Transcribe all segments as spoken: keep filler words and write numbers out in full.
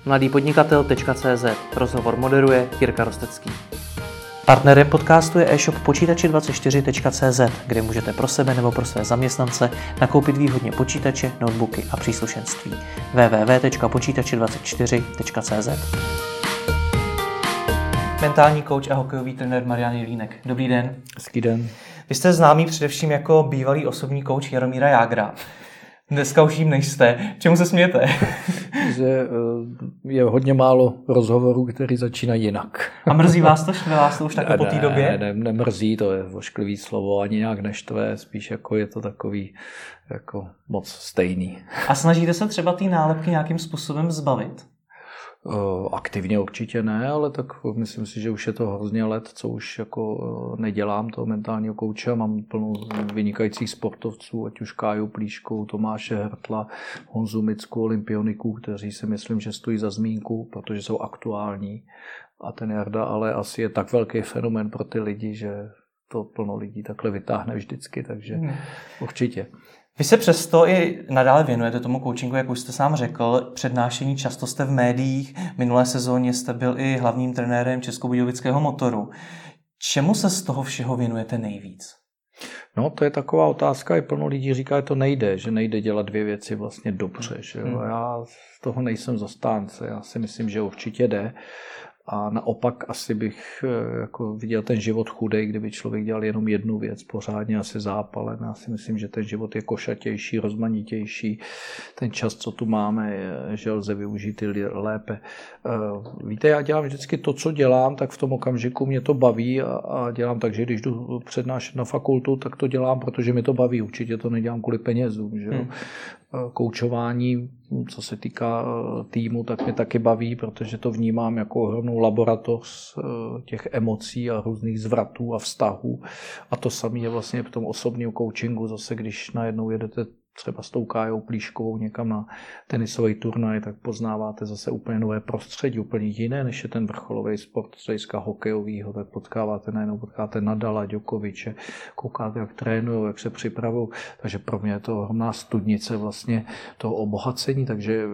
mladýpodnikatel tečka cé zet. Rozhovor moderuje Jirka Rostecký. Partnerem podcastu je e-shop počítače dvacet čtyři tečka cé zet, kde můžete pro sebe nebo pro své zaměstnance nakoupit výhodně počítače, notebooky a příslušenství. w w w tečka počítače dvacet čtyři tečka cé zet. Mentální kouč a hokejový trenér Marian Jelínek. Dobrý den. Hezký den. Vy jste známý především jako bývalý osobní kouč Jaromíra Jágra. Dneska už jim nejste. Čemu se smějete? Že je hodně málo rozhovorů, které začínají jinak. A mrzí vás to, štve vás to už takhle po té době? Ne, ne, nemrzí, to je vošklivý slovo, ani nějak neštve, spíš jako je to takový jako moc stejný. A snažíte se třeba ty nálepky nějakým způsobem zbavit? Aktivně určitě ne, ale tak myslím si, že už je to hrozně let, co už jako nedělám toho mentálního kouče. Mám plnou vynikajících sportovců, ať už Káju Plíškou, Tomáše Hrtla, Honzu Micku, olympioniků, kteří si myslím, že stojí za zmínku, protože jsou aktuální. A ten Jarda ale asi je tak velký fenomén pro ty lidi, že to plno lidí takhle vytáhne vždycky, takže hmm. určitě. Vy se přesto i nadále věnujete tomu coachingu, jak už jste sám řekl, přednášení, často jste v médiích, minulé sezóně jste byl i hlavním trenérem Českobudějovického Motoru. Čemu se z toho všeho věnujete nejvíc? No, to je taková otázka, i plno lidí říká, že to nejde, že nejde dělat dvě věci vlastně dobře. Že jo? Hmm. Já z toho nejsem zastánce, já si myslím, že určitě jde. A naopak asi bych jako viděl ten život chudej, kdyby člověk dělal jenom jednu věc pořádně, asi zápalen. Já si myslím, že ten život je košatější, rozmanitější. Ten čas, co tu máme, je, že lze využít lépe. Víte, já dělám vždycky to, co dělám, tak v tom okamžiku mě to baví a, a dělám tak, že když jdu přednášet na fakultu, tak to dělám, protože mi to baví. Určitě to nedělám kvůli penězům. Že? Hmm. Koučování, co se týká týmu, tak mě taky baví, protože to vnímám jako ohromnou laboratoř těch emocí a různých zvratů a vztahů. A to samé je vlastně v tom osobním coachingu, zase když najednou jedete třeba s tou Kájou Plíškovou někam na tenisový turnaj, tak poznáváte zase úplně nové prostředí, úplně jiné, než je ten vrcholový sport z hlediska hokejovýho, tak potkáváte najednou, potkáte Nadala, Djokoviče, koukáte, jak trénují, jak se připravují, takže pro mě je to ohromná studnice vlastně toho obohacení, takže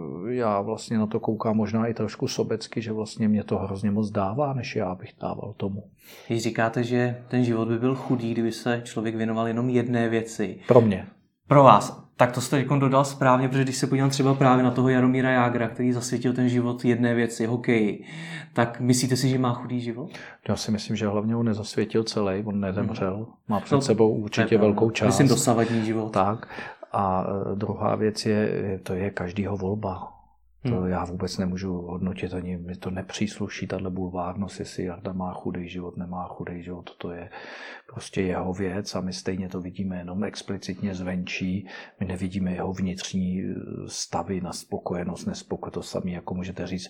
já vlastně na to koukám možná i trošku sobecky, že vlastně mě to hrozně moc dává, než já bych dával tomu. Když říkáte, že ten život by byl chudý, kdyby se člověk věnoval jenom jedné věci. Pro mě. Pro vás. Tak to jste dodal správně, protože když se podívám třeba právě na toho Jaromíra Jágra, který zasvětil ten život jedné věci, hokeji, tak myslíte si, že má chudý život? Já si myslím, že hlavně on nezasvětil celý, on nezemřel. Má před sebou určitě velkou část. Myslím dosavadní život. Tak. A druhá věc je, to je každýho volba. To hmm. já vůbec nemůžu hodnotit, ani mi to nepřísluší, tato bulvárnost, jestli Jarda má chudý život, nemá chudý život, to je prostě jeho věc a my stejně to vidíme jenom explicitně zvenčí, my nevidíme jeho vnitřní stavy na spokojenost, nespokojenost, to samé, jako můžete říct,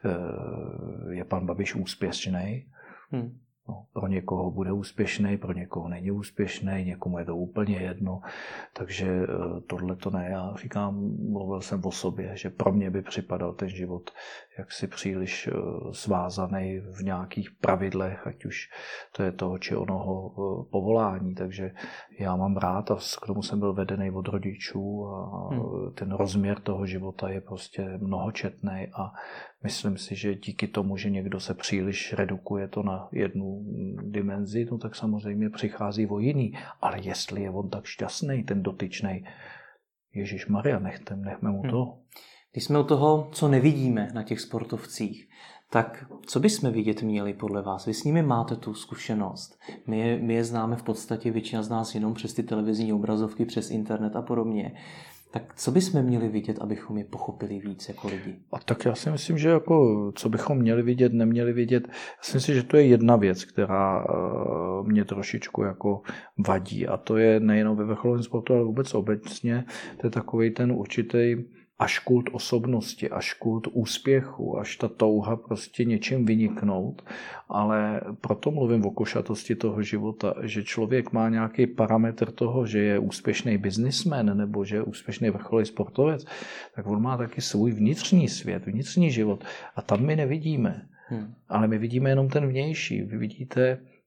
je pan Babiš úspěšný. Hmm. No, pro někoho bude úspěšný, pro někoho není úspěšný, někomu je to úplně jedno, takže tohle to ne. Já říkám, mluvil jsem o sobě, že pro mě by připadal ten život jaksi příliš svázaný v nějakých pravidlech, ať už to je toho či onoho povolání, takže já mám rád a k tomu jsem byl vedený od rodičů a hmm. ten rozměr toho života je prostě mnohočetný a myslím si, že díky tomu, že někdo se příliš redukuje to na jednu dimenzi, no tak samozřejmě přichází o jiný. Ale jestli je on tak šťastný, ten dotyčnej, Ježišmarja, nechte, nechme mu to. Hmm. Když jsme u toho, co nevidíme na těch sportovcích, tak co bychom vidět měli podle vás? Vy s nimi máte tu zkušenost. My je, my je známe v podstatě většina z nás jenom přes ty televizní obrazovky, přes internet a podobně. Tak co bychom měli vidět, abychom je pochopili víc jako lidi? A tak já si myslím, že jako, co bychom měli vidět, neměli vidět, já si myslím, že to je jedna věc, která mě trošičku jako vadí. A to je nejenom ve vrcholovém sportu, ale vůbec obecně. To je takovej ten určitý až kult osobnosti, až kult úspěchu, až ta touha prostě něčím vyniknout, ale proto mluvím o košatosti toho života, že člověk má nějaký parametr toho, že je úspěšný biznismen nebo že je úspěšný vrcholový sportovec, tak on má taky svůj vnitřní svět, vnitřní život a tam my nevidíme. Hmm. Ale my vidíme jenom ten vnější. Vy vidíte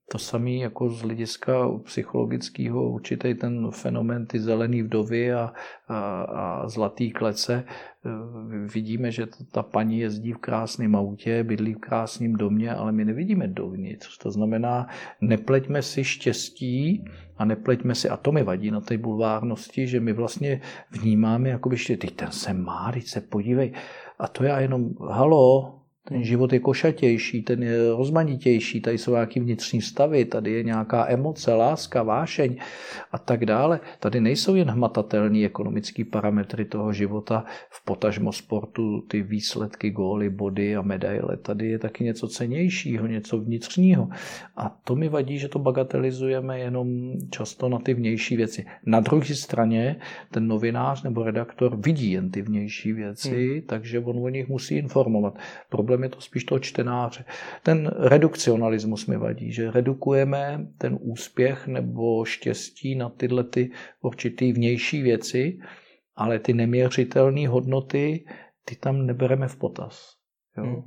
To samý jako z hlediska psychologického určitý ten fenomén ty zelený vdovy a, a, a zlatý klece. Vidíme, že ta paní jezdí v krásném autě, bydlí v krásném domě, ale my nevidíme dovnitř. To znamená, nepleťme si štěstí a nepleťme si, a to mi vadí na té bulvárnosti, že my vlastně vnímáme, jako by šli, ty ten se má, teď se podívej. A to já jenom, halo, ten život je košatější, ten je rozmanitější, tady jsou nějaký vnitřní stavy, tady je nějaká emoce, láska, vášeň a tak dále. Tady nejsou jen hmatatelné ekonomické parametry toho života, v potažmo sportu, ty výsledky, góly, body a medaile. Tady je taky něco cennějšího, něco vnitřního. A to mi vadí, že to bagatelizujeme jenom často na ty vnější věci. Na druhé straně ten novinář nebo redaktor vidí jen ty vnější věci, hmm. takže on o nich musí informovat. Problém je to spíš toho čtenáře. Ten redukcionalismus mi vadí, že redukujeme ten úspěch nebo štěstí na tyhle ty určitý vnější věci, ale ty neměřitelné hodnoty, ty tam nebereme v potaz. Jo? Hmm.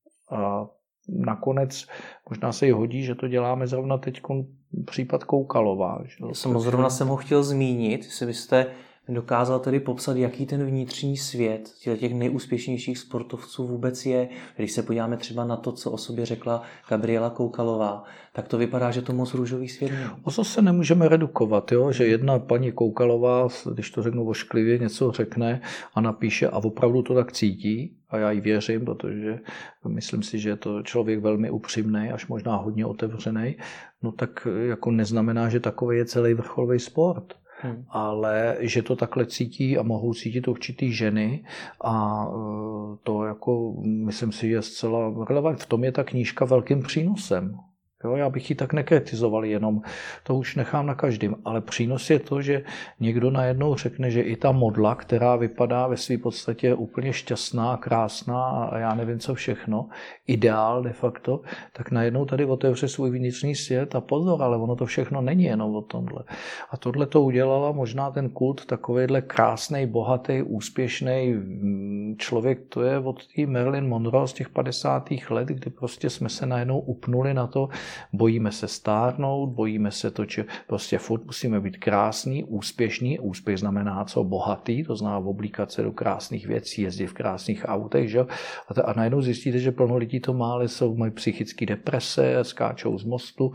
A nakonec možná se i hodí, že to děláme zrovna teď případ Koukalová. Já jsem zrovna jsem ho chtěl zmínit, jestli byste dokázal tedy popsat, jaký ten vnitřní svět těch nejúspěšnějších sportovců vůbec je. Když se podíváme třeba na to, co o sobě řekla Gabriela Koukalová, tak to vypadá, že to moc růžový svět není. O to se nemůžeme redukovat, jo? Že jedna paní Koukalová, když to řeknu ošklivě, něco řekne a napíše a opravdu to tak cítí, a já jí věřím, protože myslím si, že je to člověk velmi upřímný, až možná hodně otevřený, no tak jako neznamená, že takový je celý vrcholový sport. Hmm. Ale že to takhle cítí a mohou cítit určitý ženy a to jako myslím si, je zcela relevantní. V tom je ta knížka velkým přínosem. Jo, já bych ji tak nekritizoval, jenom to už nechám na každém. Ale přínos je to, že někdo najednou řekne, že i ta modla, která vypadá ve své podstatě úplně šťastná, krásná a já nevím co všechno, ideál de facto, tak najednou tady otevře svůj vnitřní svět a pozor, ale ono to všechno není jenom o tomhle. A tohle to udělala možná ten kult takovejhle krásnej, bohatý, úspěšný člověk, to je od té Marilyn Monroe z těch padesátých let, kdy prostě jsme se najednou upnuli na to, bojíme se stárnout, bojíme se to, že prostě furt musíme být krásný, úspěšný. Úspěch znamená co? Bohatý, to znamená oblíkat se do krásných věcí, jezdit v krásných autech, že? A, to, a najednou zjistíte, že plno lidí to má, ale jsou, mají psychické deprese, skáčou z mostu,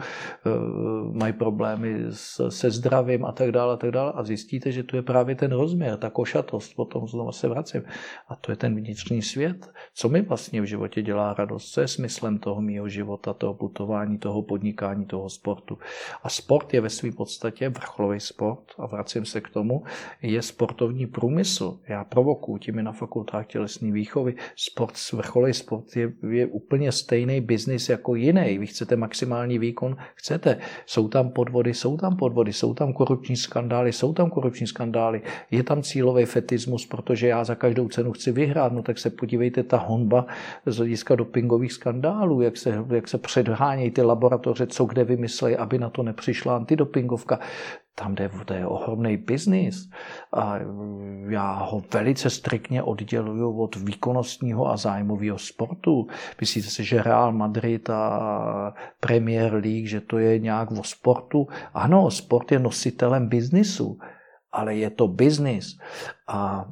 mají problémy s, se zdravím a tak dále, a tak dále. A zjistíte, že to je právě ten rozměr, ta košatost, potom znovu se vracím. A to je ten vnitřní svět. Co mi vlastně v životě dělá radost? Co je smyslem toho mýho života, toho putování, toho podnikání, toho sportu. A sport je ve své podstatě vrcholový sport, a vracím se k tomu, je sportovní průmysl. Já provokuji tím na fakultách tělesné výchovy. Sport, vrcholový sport je, je úplně stejný biznis jako jiný. Vy chcete maximální výkon, chcete. Jsou tam podvody, jsou tam podvody, jsou tam korupční skandály, jsou tam korupční skandály. Je tam cílový fetismus, protože já za každou cenu chci vyhrát. No tak se podívejte, ta honba z hlediska dopingových skandálů, jak se, jak se předhánějí ty laboratoře, co kde vymyslejí, aby na to nepřišla antidopingovka. Tam jde, to je ohromný biznis. A já ho velice striktně odděluju od výkonnostního a zájmového sportu. Myslíte si, že Real Madrid a Premier League, že to je nějak o sportu? Ano, sport je nositelem biznisu, ale je to biznis. A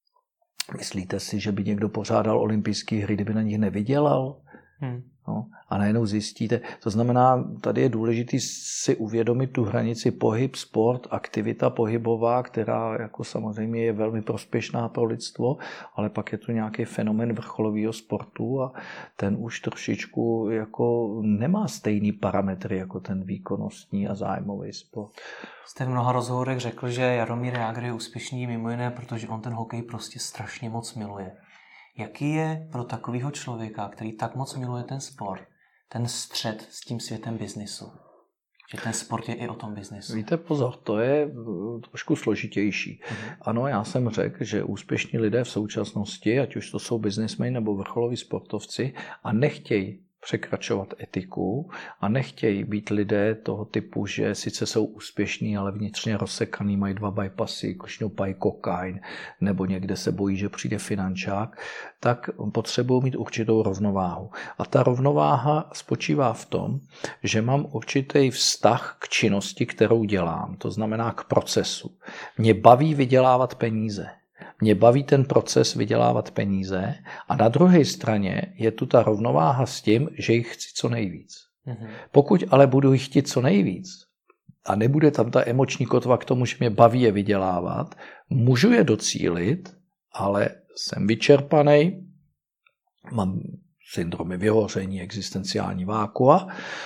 myslíte si, že by někdo pořádal olympijské hry, kdyby na nich nevydělal? Hmm. No, a najednou zjistíte, to znamená, tady je důležité si uvědomit tu hranici pohyb, sport, aktivita pohybová, která jako samozřejmě je velmi prospěšná pro lidstvo, ale pak je tu nějaký fenomén vrcholového sportu a ten už trošičku jako nemá stejný parametry jako ten výkonnostní a zájmový sport. Jste v mnoha rozhovorech řekl, že Jaromír Jágr je úspěšný mimo jiné, protože on ten hokej prostě strašně moc miluje. Jaký je pro takového člověka, který tak moc miluje ten sport, ten střed s tím světem biznisu? Že ten sport je i o tom biznisu. Víte, pozor, to je trošku složitější. Mhm. Ano, já jsem řekl, že úspěšní lidé v současnosti, ať už to jsou biznismeni nebo vrcholoví sportovci, a nechtějí překračovat etiku a nechtějí být lidé toho typu, že sice jsou úspěšní, ale vnitřně rozsekaný, mají dva bypassy, šňupají kokain, nebo někde se bojí, že přijde finančák, tak potřebují mít určitou rovnováhu. A ta rovnováha spočívá v tom, že mám určitý vztah k činnosti, kterou dělám, to znamená k procesu. Mě baví vydělávat peníze. Mě baví ten proces vydělávat peníze a na druhé straně je tu ta rovnováha s tím, že jich chci co nejvíc. Mm-hmm. Pokud ale budu jich chtít co nejvíc a nebude tam ta emoční kotva k tomu, že mě baví je vydělávat, můžu je docílit, ale jsem vyčerpaný, mám syndromy vyhoření, existenciální vákua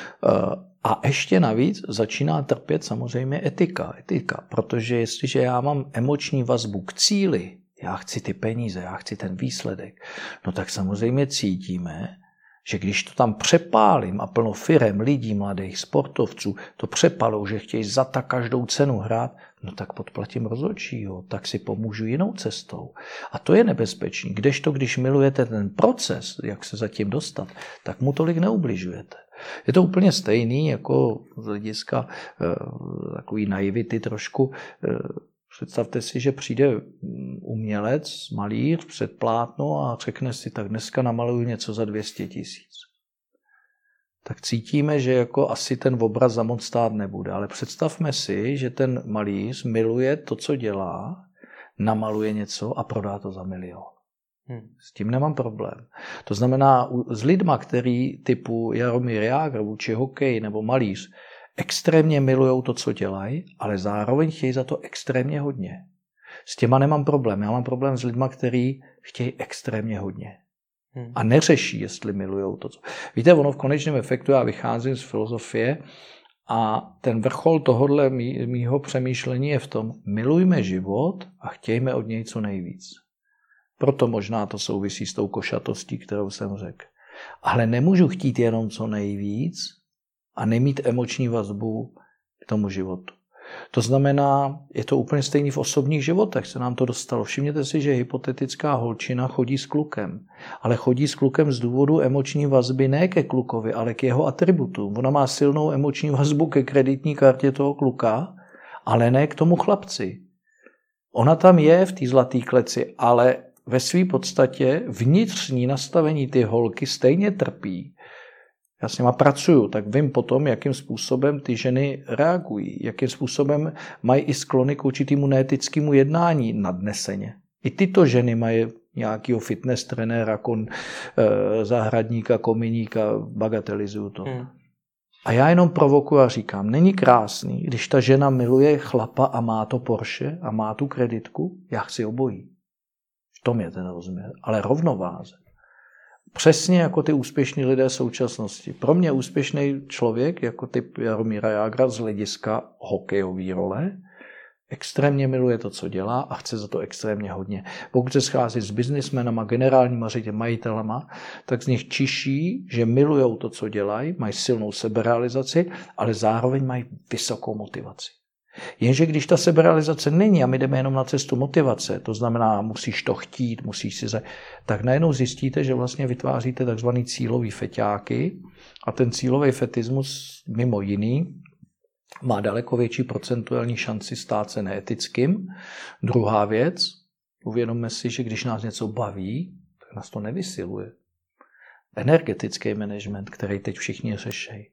a ještě navíc začíná trpět samozřejmě etika, etika, protože jestliže já mám emoční vazbu k cíli, já chci ty peníze, já chci ten výsledek, no tak samozřejmě cítíme, že když to tam přepálím a plno firem, lidí, mladých, sportovců, to přepalou, že chtějí za ta každou cenu hrát, no tak podplatím rozhodčího, tak si pomůžu jinou cestou. A to je nebezpečný. Kdežto, když milujete ten proces, jak se zatím dostat, tak mu tolik neubližujete. Je to úplně stejný, jako z hlediska e, takový naivity trošku. E, představte si, že přijde umělec, malíř před plátno a řekne si, tak dneska namaluju něco za dvě stě tisíc. Tak cítíme, že jako asi ten obraz za moc stát nebude. Ale představme si, že ten malíř miluje to, co dělá, namaluje něco a prodá to za milion. Hmm. S tím nemám problém. To znamená, s lidma, který typu Jaromír Jágr vůči hokeji nebo malíř, extrémně milujou to, co dělají, ale zároveň chtějí za to extrémně hodně. S těma nemám problém. Já mám problém s lidma, kteří chtějí extrémně hodně. Hmm. A neřeší, jestli milujou to, co... Víte, ono v konečném efektu, já vycházím z filozofie a ten vrchol tohohle mý, mýho přemýšlení je v tom, milujme život a chtějme od něj co nejvíc. Proto možná to souvisí s tou košatostí, kterou jsem řekl. Ale nemůžu chtít jenom co nejvíc a nemít emoční vazbu k tomu životu. To znamená, je to úplně stejný v osobních životech, se nám to dostalo. Všimněte si, že hypotetická holčina chodí s klukem, ale chodí s klukem z důvodu emoční vazby ne ke klukovi, ale k jeho atributům. Ona má silnou emoční vazbu ke kreditní kartě toho kluka, ale ne k tomu chlapci. Ona tam je v té zlaté kleci, ale ve své podstatě vnitřní nastavení ty holky stejně trpí. Já s nima pracuju, tak vím potom, jakým způsobem ty ženy reagují, jakým způsobem mají i sklony k určitému neetickému jednání nadneseně. I tyto ženy mají nějakého fitness trenéra, kon, eh, zahradníka, kominíka, bagatelizuju to. Hmm. A já jenom provokuju a říkám, není krásný, když ta žena miluje chlapa a má to Porsche a má tu kreditku, já chci obojí. V tom je ten rozměr, ale rovnováze. Přesně jako ty úspěšní lidé současnosti. Pro mě úspěšný člověk, jako typ Jaromíra Jágra z hlediska hokejové role, extrémně miluje to, co dělá a chce za to extrémně hodně. Pokud se schází s biznismenama, generálníma řediteli, majitelema, tak z nich čiší, že milujou to, co dělají, mají silnou seberealizaci, ale zároveň mají vysokou motivaci. Jenže když ta seberealizace není a my jdeme jenom na cestu motivace, to znamená, musíš to chtít, musíš si se, tak najednou zjistíte, že vlastně vytváříte takzvaný cílový feťáky a ten cílový fetismus mimo jiný má daleko větší procentuální šanci stát se neetickým. Druhá věc, uvědomme si, že když nás něco baví, tak nás to nevysiluje. Energetický management, který teď všichni řeší.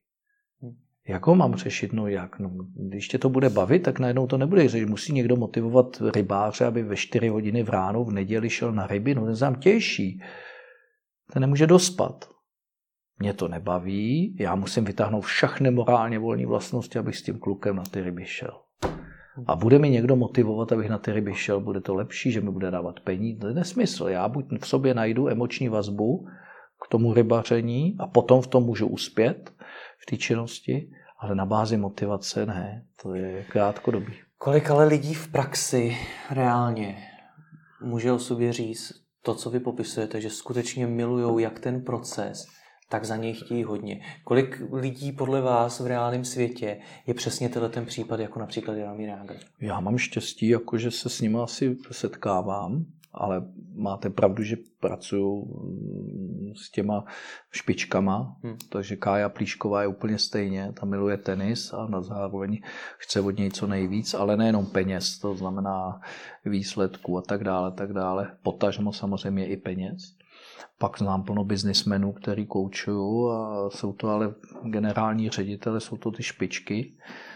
Jak ho mám řešit? No jak? No, když tě to bude bavit, tak najednou to nebude řešit. Musí někdo motivovat rybáře, aby ve čtyři hodiny v ráno v neděli šel na ryby. No ten se nám těší. Ten nemůže dospat. Mě to nebaví, já musím vytáhnout všechny morálně volné vlastnosti, abych s tím klukem na ty ryby šel. A bude mi někdo motivovat, abych na ty ryby šel, bude to lepší, že mi bude dávat peníze. To je nesmysl. Já buď v sobě najdu emoční vazbu k tomu rybaření a potom v tom můžu uspět v té činnosti, ale na bázi motivace ne, to je krátkodobý. Kolik ale lidí v praxi reálně může o sobě říct to, co vy popisujete, že skutečně milujou jak ten proces, tak za něj chtějí hodně. Kolik lidí podle vás v reálném světě je přesně tenhle ten případ, jako například Jaromír Jágr? Já mám štěstí, jako že se s nimi asi setkávám, ale máte pravdu, že pracuju s těma špičkama, hmm. takže Kája Plíšková je úplně stejně, ta miluje tenis a na zároveň chce od něj co nejvíc, ale nejenom peněz, to znamená výsledků a tak dále, tak dále. Potažmo samozřejmě i peněz. Pak znám plno biznismenů, který koučuju a jsou to ale generální ředitele, jsou to ty špičky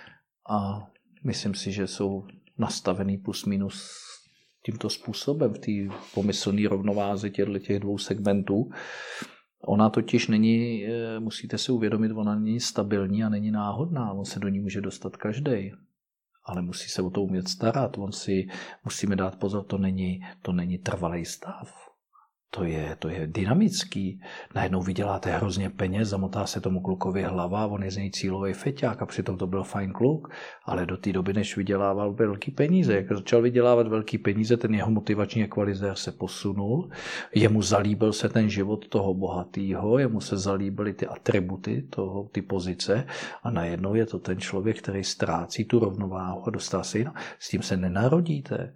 a myslím si, že jsou nastavený plus minus tímto způsobem v té pomyslné rovnováze těch dvou segmentů. Ona totiž není, musíte si uvědomit, ona není stabilní a není náhodná, on se do ní může dostat každej. Ale musí se o to umět starat, on si musíme dát pozor, to není, to není trvalý stav. To je, to je dynamický. Najednou vyděláte hrozně peněz, zamotá se tomu klukovi hlava, on je z něj cílový feťák a přitom to byl fajn kluk, ale do té doby, než vydělával velký peníze. Jak začal vydělávat velký peníze, ten jeho motivační ekvalizér se posunul, jemu zalíbil se ten život toho bohatýho, jemu se zalíbily ty atributy, toho, ty pozice a najednou je to ten člověk, který ztrácí tu rovnováhu a dostává se jinak. S tím se nenarodíte.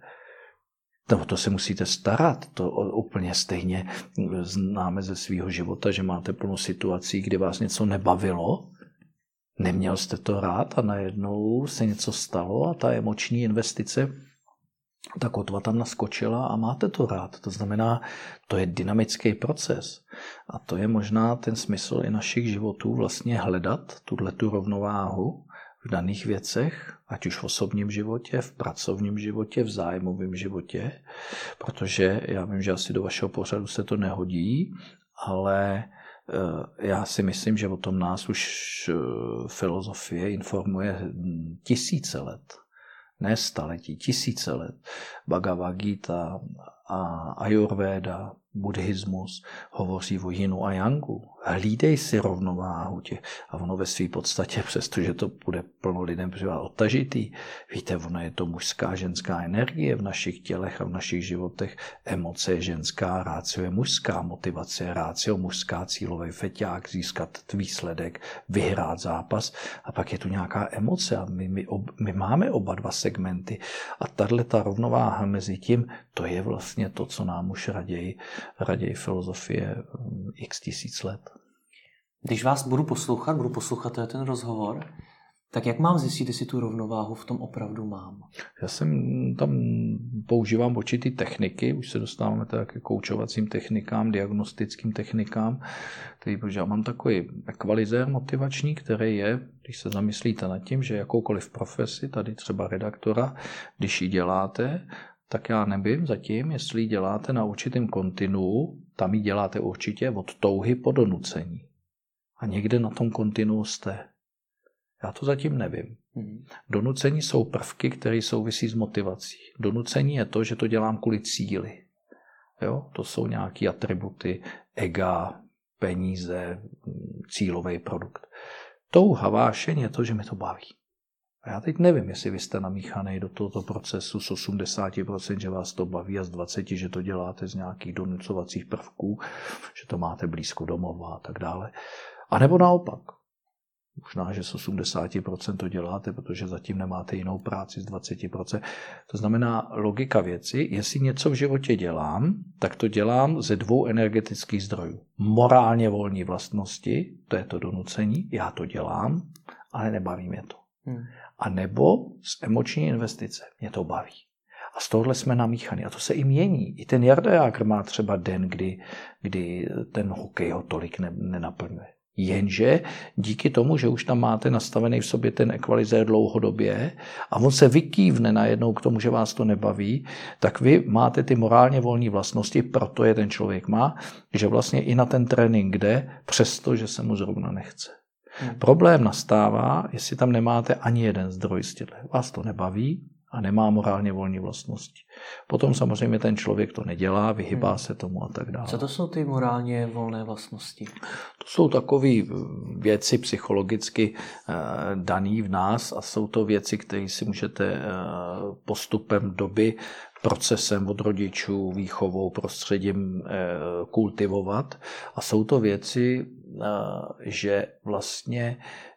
No, to se musíte starat, to úplně stejně známe ze svého života, že máte plno situací, kdy vás něco nebavilo, neměl jste to rád a najednou se něco stalo a ta emoční investice, ta kotva tam naskočila a máte to rád. To znamená, to je dynamický proces a to je možná ten smysl i našich životů vlastně hledat tuhletu rovnováhu v daných věcech, ať už v osobním životě, v pracovním životě, v zájmovém životě, protože já vím, že asi do vašeho pořadu se to nehodí, ale já si myslím, že o tom nás už filozofie informuje tisíce let, ne staletí, tisíce let. Bhagavad Gita a Ayurveda, buddhismus hovoří o jinu a yangu. Hlídej si rovnováhu těch. A ono ve své podstatě, přestože to bude plno lidem přivat odtažitý, víte, ono je to mužská, ženská energie v našich tělech a v našich životech. Emoce je ženská, rácio je mužská, motivace je rácio mužská, cílový feťák, získat výsledek, vyhrát zápas a pak je tu nějaká emoce a my, my, ob, my máme oba dva segmenty a tato rovnováha mezi tím, to je vlastně to, co nám už raději raději filozofie x tisíc let. Když vás budu poslouchat, budu poslouchat ten rozhovor, tak jak mám zjistit, jestli tu rovnováhu v tom opravdu mám? Já jsem tam používám určitý techniky, už se dostáváme tak ke koučovacím technikám, diagnostickým technikám, který, protože já mám takový ekvalizér motivační, který je, když se zamyslíte nad tím, že jakoukoliv profesi, tady třeba redaktora, když ji děláte, tak já nevím zatím, jestli ji děláte na určitém kontinuu, tam ji děláte určitě od touhy po donucení. A někde na tom kontinuu jste. Já to zatím nevím. Hmm. Donucení jsou prvky, které souvisí s motivací. Donucení je to, že to dělám kvůli cíli. Jo? To jsou nějaké atributy, ega, peníze, cílový produkt. Touha, vášeň je to, že mi to baví. A já teď nevím, jestli vy jste namíchaný do tohoto procesu z osmdesát procent, že vás to baví a z dvacet procent, že to děláte z nějakých donucovacích prvků, že to máte blízko domova a tak dále. A nebo naopak. Možná, že z osmdesát procent to děláte, protože zatím nemáte jinou práci z dvacet procent. To znamená logika věci, jestli něco v životě dělám, tak to dělám ze dvou energetických zdrojů. Morálně volní vlastnosti, to je to donucení, já to dělám, ale nebaví mě to. Hmm. A nebo z emoční investice. Mě to baví. A z tohohle jsme namíchaní. A to se i mění. I ten Jarda Jágr má třeba den, kdy, kdy ten hokej ho tolik ne, nenaplňuje. Jenže díky tomu, že už tam máte nastavený v sobě ten ekvalizér dlouhodobě a on se vykývne najednou k tomu, že vás to nebaví, tak vy máte ty morálně volné vlastnosti, proto je ten člověk má, že vlastně i na ten trénink jde, přesto, že se mu zrovna nechce. Hmm. Problém nastává, jestli tam nemáte ani jeden zdroj z těchto. Vás to nebaví a nemá morálně volné vlastnosti. Potom samozřejmě ten člověk to nedělá, vyhybá hmm. se tomu a tak dále. Co to jsou ty morálně volné vlastnosti? To jsou takové věci psychologicky dané v nás a jsou to věci, které si můžete postupem doby, procesem od rodičů, výchovou, prostředím kultivovat. A jsou to věci, že vlastně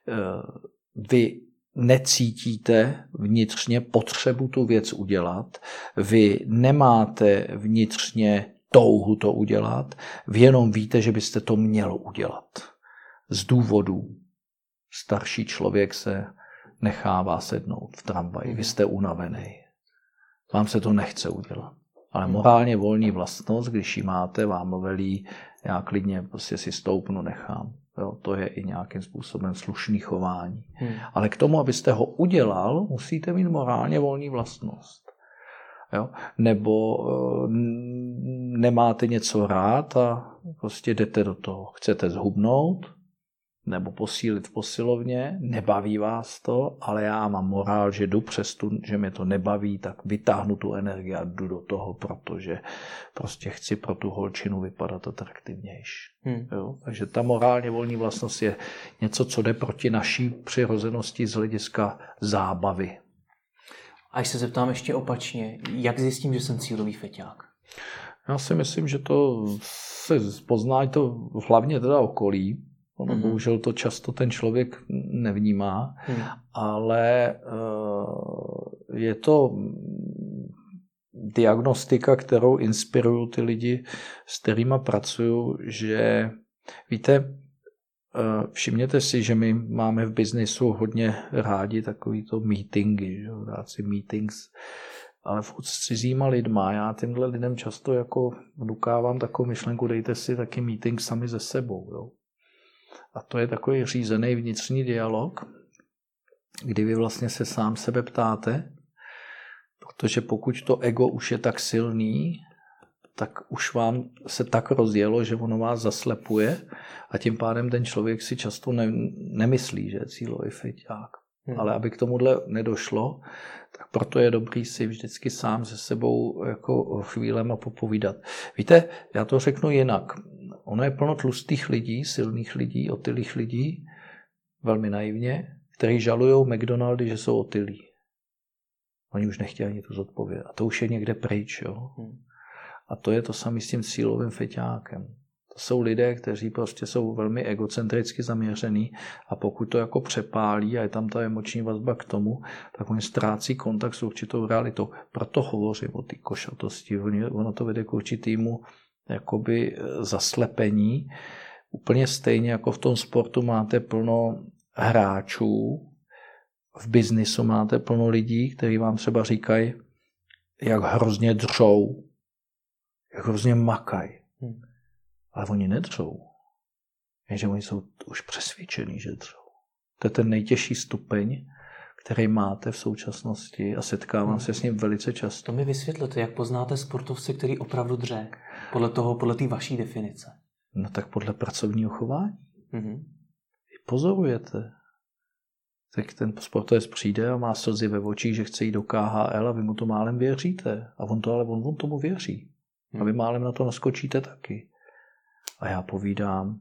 vy necítíte vnitřně potřebu tu věc udělat, vy nemáte vnitřně touhu to udělat, vy jenom víte, že byste to mělo udělat. Z důvodů. Starší člověk se nechává sednout v tramvaji, vy jste unavený. Vám se to nechce udělat. Ale morálně volní vlastnost, když ji máte, vám velí, já klidně prostě si stoupnu, nechám. Jo, to je i nějakým způsobem slušný chování. Hmm. Ale k tomu, abyste ho udělal, musíte mít morálně volní vlastnost. Jo? Nebo e, nemáte něco rád a prostě jdete do toho. Chcete zhubnout, nebo posílit v posilovně, nebaví vás to, ale já mám morál, že jdu přes tu, že mě to nebaví, tak vytáhnu tu energii a jdu do toho, protože prostě chci pro tu holčinu vypadat atraktivnější. Hmm. Jo? Takže ta morálně volní vlastnost je něco, co jde proti naší přirozenosti z hlediska zábavy. A když se zeptám ještě opačně, jak zjistím, že jsem cílový feťák? Já si myslím, že to se pozná to hlavně teda okolí. Ono, mm-hmm. Bohužel to často ten člověk nevnímá, mm. ale uh, je to diagnostika, kterou inspirují ty lidi, s kterýma pracuju, že víte, uh, všimněte si, že my máme v biznesu hodně rádi takovýto meetingy, že? Dát si meetings, ale furt s cizíma lidma. Já těmhle lidem často jako vnukávám takovou myšlenku, dejte si taky meeting sami se sebou, jo. A to je takový řízený vnitřní dialog, kdy vy vlastně se sám sebe ptáte, protože pokud to ego už je tak silný, tak už vám se tak rozjelo, že ono vás zaslepuje a tím pádem ten člověk si často ne, nemyslí, že je cílový feťák. Hmm. Ale aby k tomuhle nedošlo, tak proto je dobrý si vždycky sám se sebou jako chvílema popovídat. Víte, já to řeknu jinak. Ono je plno tlustých lidí, silných lidí, otylých lidí, velmi naivně, kteří žalujou McDonaldy, že jsou otylí. Oni už nechtějí ani tu zodpovědět. A to už je někde pryč. Jo? Hmm. A to je to samé s tím cílovým feťákem. To jsou lidé, kteří prostě jsou velmi egocentricky zaměřený a pokud to jako přepálí a je tam ta emoční vazba k tomu, tak oni ztrácí kontakt s určitou realitou. Proto hovořím o té košatosti. Ono to vede k určitýmu jakoby zaslepení. Úplně stejně jako v tom sportu máte plno hráčů, v biznisu máte plno lidí, kteří vám třeba říkají, jak hrozně dřou, jak hrozně makají. Hmm. Ale oni nedřou. Jenže oni jsou už přesvědčení, že dřou. To je ten nejtěžší stupeň, který máte v současnosti a setkávám hmm. se s ním velice často. To mi vysvětlete, jak poznáte sportovce, který opravdu dře, podle toho, podle té vaší definice. No tak podle pracovního chování. Hmm. Pozorujete. Tak ten sportovec přijde a má slzy ve očích, že chce jít do K H L a vy mu to málem věříte. A on to ale on, on tomu věří. Hmm. A vy málem na to naskočíte taky. A já povídám,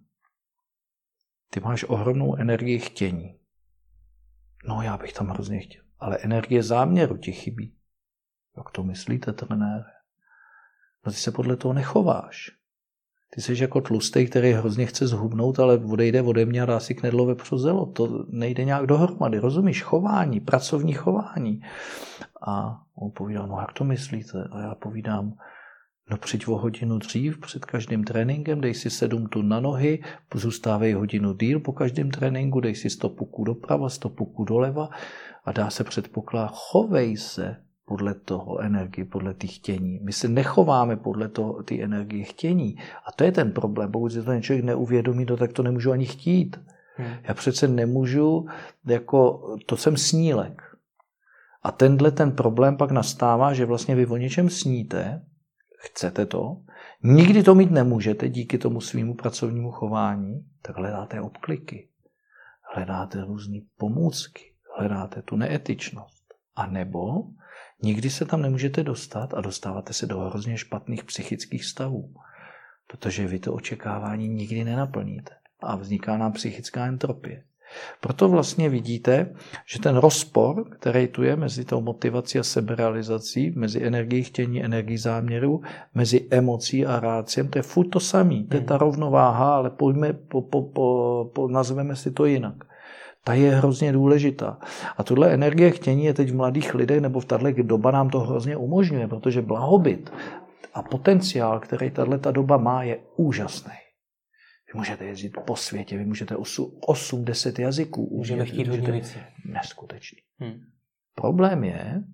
ty máš ohromnou energii chtění. No, já bych tam hrozně chtěl. Ale energie záměru ti chybí. Jak to myslíte, trenére? No ty se podle toho nechováš. Ty jsi jako tlustej, který hrozně chce zhubnout, ale odejde ode mě a dá si knedlo vepřozelo. To nejde nějak dohromady. Rozumíš? Chování, pracovní chování. A on povídá, no jak to myslíte? A já povídám, no přijď o hodinu dřív před každým tréninkem, dej si sedm tun na nohy, zůstávej hodinu díl po každém tréninku, dej si sto puků doprava, sto puků doleva a dá se předpokládat, chovej se podle toho energie, podle těch chtění. My se nechováme podle toho ty energie chtění. A to je ten problém. Pokud si to ten člověk neuvědomí, no, tak to nemůžu ani chtít. Hmm. Já přece nemůžu, jako to jsem snílek. A tenhle ten problém pak nastává, že vlastně vy o něčem sníte, chcete to, nikdy to mít nemůžete díky tomu svýmu pracovnímu chování, tak hledáte obkliky, hledáte různé pomůcky, hledáte tu neetičnost. A nebo nikdy se tam nemůžete dostat a dostáváte se do hrozně špatných psychických stavů, protože vy to očekávání nikdy nenaplníte a vzniká nám psychická entropie. Proto vlastně vidíte, že ten rozpor, který tu je mezi tou motivací a seberealizací, mezi energií chtění, energií záměru, mezi emocí a ráciem, to je furt to samý. To je ta rovnováha, ale pojďme, po, po, po, po, nazveme si to jinak. Ta je hrozně důležitá. A tuhle energie chtění je teď v mladých lidech, nebo v tato doba nám to hrozně umožňuje, protože blahobyt A potenciál, který tato doba má, je úžasný. Vy můžete jezdit po světě, vy můžete osm deset jazyků. Můžeme chtít hodně věcí. Neskutečný. Hmm. Problém je,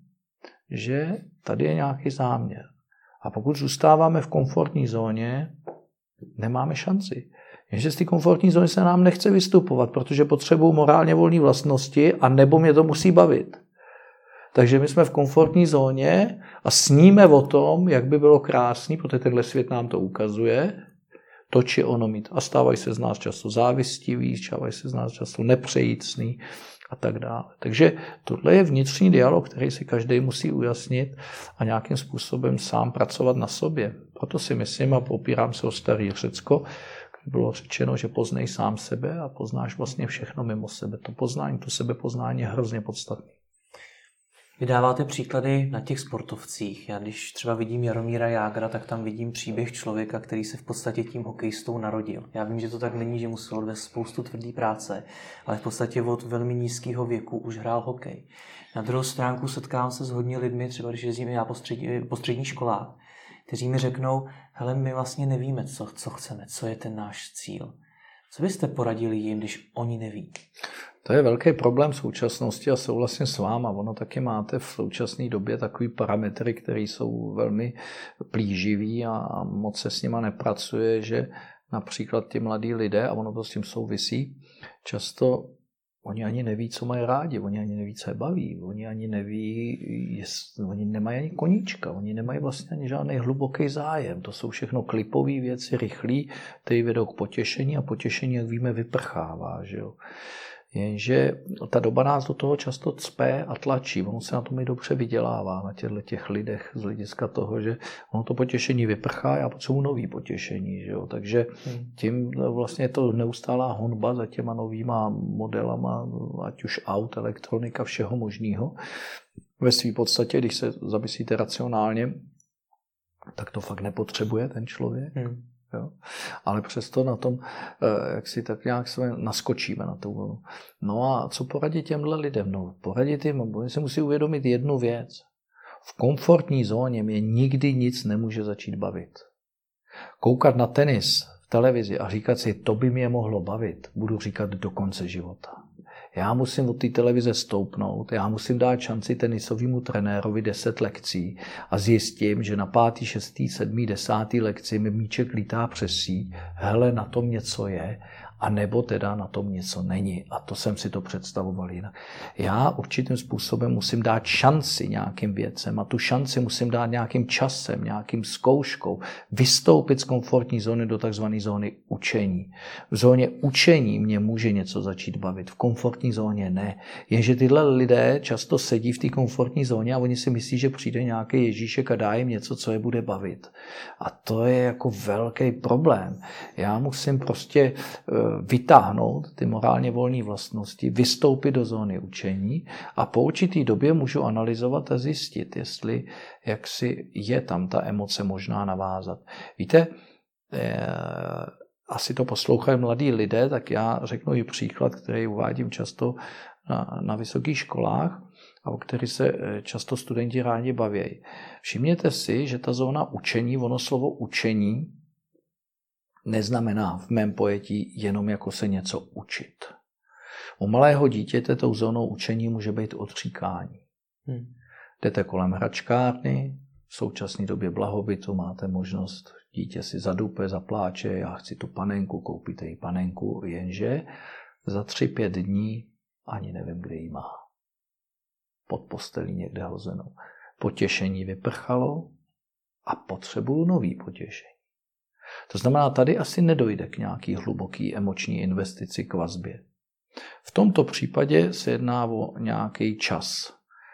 že tady je nějaký záměr. A pokud zůstáváme v komfortní zóně, nemáme šanci. Jenže z té komfortní zóny se nám nechce vystupovat, protože potřebují morálně volné vlastnosti a nebo mě to musí bavit. Takže my jsme v komfortní zóně a sníme o tom, jak by bylo krásný, protože tenhle svět nám to ukazuje, to či ono mít. A stávají se z nás často závistiví, stávají se z nás často nepřejícný a tak dále. Takže tohle je vnitřní dialog, který si každý musí ujasnit a nějakým způsobem sám pracovat na sobě. Proto si myslím a popírám se o starý Řecko, kde bylo řečeno, že poznej sám sebe a poznáš vlastně všechno mimo sebe. To poznání, to sebepoznání je hrozně podstatné. Vy dáváte příklady na těch sportovcích. Já když třeba vidím Jaromíra Jágra, tak tam vidím příběh člověka, který se v podstatě tím hokejistou narodil. Já vím, že to tak není, že musel odvést spoustu tvrdý práce, ale v podstatě od velmi nízkého věku už hrál hokej. Na druhou stránku setkám se s hodně lidmi, třeba když jezdím já po, střední, po středních školách, kteří mi řeknou, hele, my vlastně nevíme, co, co chceme, co je ten náš cíl. Co byste poradili jim, když oni neví? To je velký problém současnosti a souhlasím s váma. Ono taky máte v současné době takový parametry, které jsou velmi plíživý a moc se s nima nepracuje, že například ti mladí lidé, a ono to s tím souvisí, často oni ani neví, co mají rádi, oni ani neví, co je baví, oni ani neví, jest, oni nemají ani koníčka, oni nemají vlastně ani žádný hluboký zájem. To jsou všechno klipové věci, rychlí, které vedou k potěšení a potěšení, jak víme, vyprchává. Že jo? Jenže ta doba nás do toho často cpe a tlačí. Ono se na tom i dobře vydělává na těchto těch lidech z hlediska toho, že ono to potěšení vyprchá a já potřebuji nový potěšení. Že jo? Takže tím vlastně je to neustálá honba za těma novýma modelama, ať už aut, elektronika, všeho možného. Ve své podstatě, když se zamyslíte racionálně, tak to fakt nepotřebuje ten člověk. Hmm. Jo. Ale přesto na tom, jak si tak nějak jsme naskočíme na tu vlnu. No a co poradit těmhle lidem? No, poradit jim, oni si musí uvědomit jednu věc. V komfortní zóně mě nikdy nic nemůže začít bavit. Koukat na tenis v televizi a říkat si, to by mě mohlo bavit, budu říkat do konce života. Já musím od té televize stoupnout, já musím dát šanci tenisovému trenérovi deset lekcí a zjistím, že na pátý, šestý, sedmý, desátý lekci mi míček lítá přes síť, hele, na tom něco je, a nebo teda na tom něco není. A to jsem si to představoval jinak. Já určitým způsobem musím dát šanci nějakým věcem a tu šanci musím dát nějakým časem, nějakým zkouškou, vystoupit z komfortní zóny do takzvané zóny učení. V zóně učení mě může něco začít bavit, v komfortní zóně ne. Jenže tyhle lidé často sedí v té komfortní zóně a oni si myslí, že přijde nějaký Ježíšek a dá jim něco, co je bude bavit. A to je jako velký problém. Já musím prostě vytáhnout ty morálně volné vlastnosti, vystoupit do zóny učení a po určitý době můžu analyzovat a zjistit, jestli jaksi je tam ta emoce možná navázat. Víte, eh, asi to poslouchají mladí lidé, tak já řeknu i příklad, který uvádím často na, na vysokých školách a o který se často studenti rádi baví. Všimněte si, že ta zóna učení, ono slovo učení, neznamená v mém pojetí jenom jako se něco učit. U malého dítěte tou zónou učení může být odříkání. Hmm. Jdete kolem hračkárny, v současné době blahobytu máte možnost, dítě si zadupe, zapláče, já chci tu panenku, koupíte jí panenku, jenže za tři, pět dní ani nevím, kde ji má. Pod postelí někde hozenou. Potěšení vyprchalo a potřebuju nový potěšení. To znamená, tady asi nedojde k nějaký hluboký emoční investici k vazbě. V tomto případě se jedná o nějaký čas.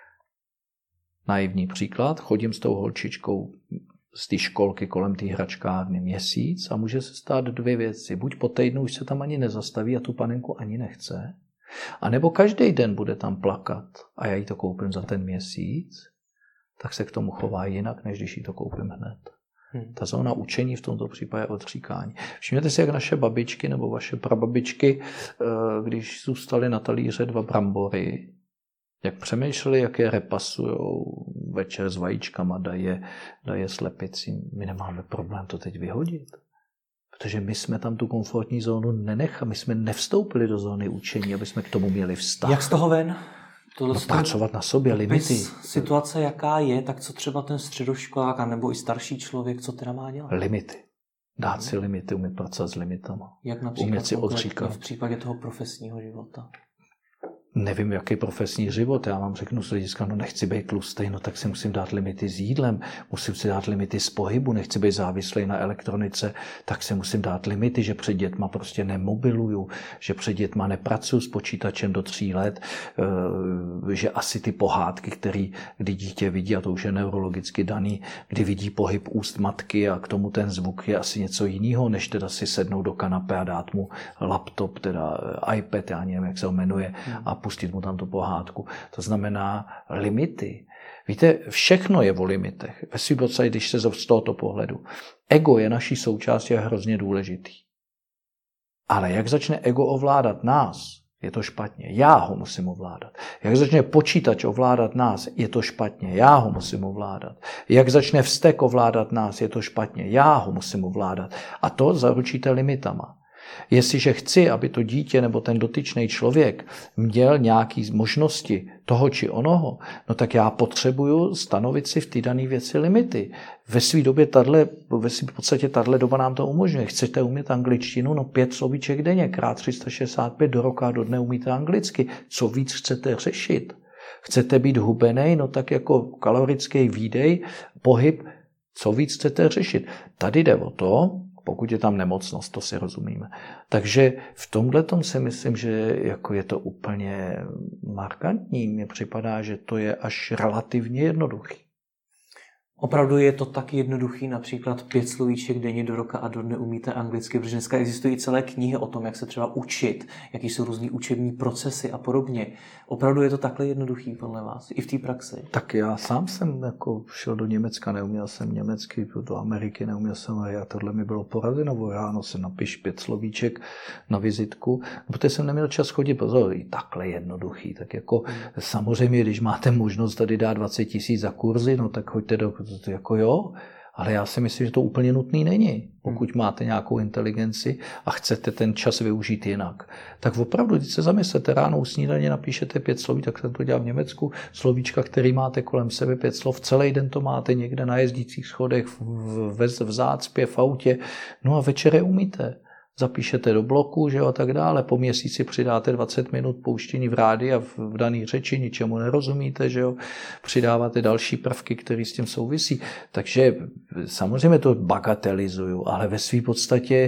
Naivní příklad, chodím s tou holčičkou z té školky kolem té hračkárny měsíc a může se stát dvě věci. Buď po týdnu už se tam ani nezastaví a tu panenku ani nechce, anebo každý den bude tam plakat a já jí to koupím za ten měsíc, tak se k tomu chová jinak, než když jí to koupím hned. Hmm. Ta zóna učení v tomto případě je odříkání. Všimněte si, jak naše babičky nebo vaše prababičky, když zůstaly na talíře dva brambory, Jak přemýšleli, jak je repasujou večer s vajíčkama, dají je, dají je slepicím. My nemáme problém to teď vyhodit. Protože my jsme tam tu komfortní zónu nenechali, my jsme nevstoupili do zóny učení, aby jsme k tomu měli vztah. Jak z toho ven? No, pracovat na sobě, limity. Situace jaká je, tak co třeba ten středoškolák nebo i starší člověk, co teda má dělat? Limity. Dát si limity, umět pracovat s limitama. Jak například umět si odříkat. V případě toho profesního života? Nevím, jaký profesní život. Já vám řeknu z hlediska, no nechci být tlustý, no tak si musím dát limity s jídlem, musím si dát limity z pohybu, nechci být závislý na elektronice, tak si musím dát limity, že před dětma prostě nemobiluju, že před dětma nepracuju s počítačem do tří let, že asi ty pohádky, které kdy dítě vidí, a to už je neurologicky daný, kdy vidí pohyb úst matky a k tomu ten zvuk je asi něco jiného, než teda si sednout do kanapé a dát mu laptop, teda iPad, já nevím, jak se ho jmenuje, a pustit mu tam tu pohádku. To znamená limity. Víte, všechno je o limitech. Ve svým podstatě, když se z tohoto pohledu. Ego je naší součástí a hrozně důležitý. Ale jak začne ego ovládat nás, je to špatně. Já ho musím ovládat. Jak začne počítač ovládat nás, je to špatně. Já ho musím ovládat. Jak začne vztek ovládat nás, je to špatně. Já ho musím ovládat. A to zaručíte limitama. Jestliže chci, aby to dítě nebo ten dotyčný člověk měl nějaké možnosti toho či onoho, no tak já potřebuju stanovit si v té dané věci limity. Ve své době, tato, ve své podstatě tato doba nám to umožňuje. Chcete umět angličtinu? No pět slovíček denně, krát tři sta šedesát pět, do roka do dne umíte anglicky. Co víc chcete řešit? Chcete být hubenej? No tak jako kalorický výdej, pohyb, co víc chcete řešit? Tady jde o to, pokud je tam nemocnost, to si rozumíme. Takže v tomhletom si myslím, že jako je to úplně markantní. Mně připadá, že to je až relativně jednoduchý. Opravdu je to tak jednoduchý, například pět slovíček denně do roka a do dne umíte anglicky, protože dneska existují celé knihy o tom, jak se třeba učit, jaký jsou různý učební procesy a podobně. Opravdu je to takhle jednoduchý podle vás, i v té praxi? Tak já sám jsem jako šel do Německa, neuměl jsem německy, do Ameriky neuměl jsem, a já tohle mi bylo porazeno, ráno se napiš pět slovíček na vizitku, protože jsem neměl čas chodit, pozor, i takhle jednoduchý, tak jako hmm. samozřejmě, když máte možnost tady dát dvacet tisíc za kurzy, no tak choďte do to jako jo, ale já si myslím, že to úplně nutný není. Pokud máte nějakou inteligenci a chcete ten čas využít jinak. Tak opravdu, když se zamyslete, ráno u snídaně napíšete pět sloví, tak jsem to dělal v Německu, slovíčka, který máte kolem sebe, pět slov, celý den to máte někde na jezdících schodech, v, v, v zácpě, v autě, no a večer je umíte. Zapíšete do bloku, že jo, a tak dále. Po měsíci přidáte dvacet minut pouštění v rádi a v, v daný řeči, ničemu nerozumíte, že jo. Přidáváte další prvky, které s tím souvisí. Takže samozřejmě to bagatelizuju, ale ve své podstatě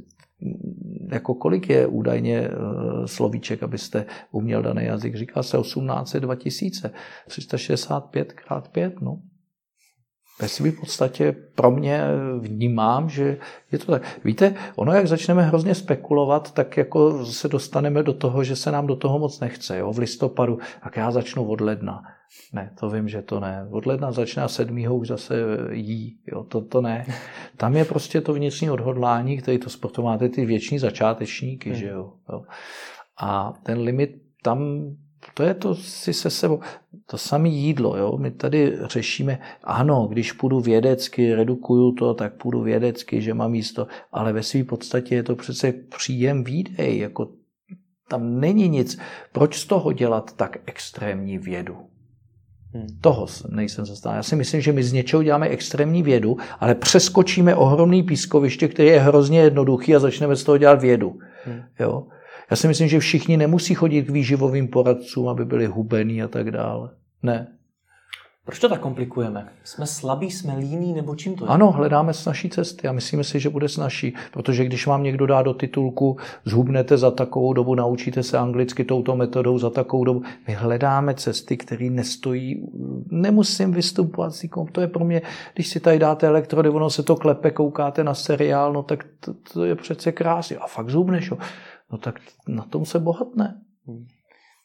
jako kolik je údajně slovíček, abyste uměl daný jazyk? Říká se osmnáct set, dva tisíce. tři sta šedesát pět krát pět, no. Ve své podstatě pro mě vnímám, že je to tak. Víte, ono, jak začneme hrozně spekulovat, tak jako se dostaneme do toho, že se nám do toho moc nechce. Jo? V listopadu, tak já začnu od ledna. Ne, to vím, že to ne. Od ledna začne a sedmýho už zase jí. Jo? To, to ne. Tam je prostě to vnitřní odhodlání, který to sportu máte ty věční začátečníky. Hmm. Že jo? Jo? A ten limit tam, to je to si se sebou, to samé jídlo, jo? My tady řešíme, ano, když půjdu vědecky, redukuju to, tak půjdu vědecky, že mám jísto, ale ve své podstatě je to přece příjem výdej, jako tam není nic. Proč z toho dělat tak extrémní vědu? Hmm. Toho nejsem zastán. Já si myslím, že my z něčeho děláme extrémní vědu, ale přeskočíme ohromný pískoviště, který je hrozně jednoduchý a začneme z toho dělat vědu. Hmm. Jo? Já si myslím, že všichni nemusí chodit k výživovým poradcům, aby byli hubení a tak dále. Ne. Proč to tak komplikujeme? Jsme slabí, jsme líní, nebo čím to je? Ano, hledáme snažší cesty a myslíme si, že bude snažší, protože když vám někdo dá do titulku, zhubnete za takovou dobu, naučíte se anglicky touto metodou za takovou dobu. My hledáme cesty, které nestojí, nemusím vystupovat s nikom. To je pro mě, když si tady dáte elektrody, ono se to klepe, koukáte na seriál, no tak to, to je přece krásně. A fakt zhubneš, jo. No tak na tom se bohatne.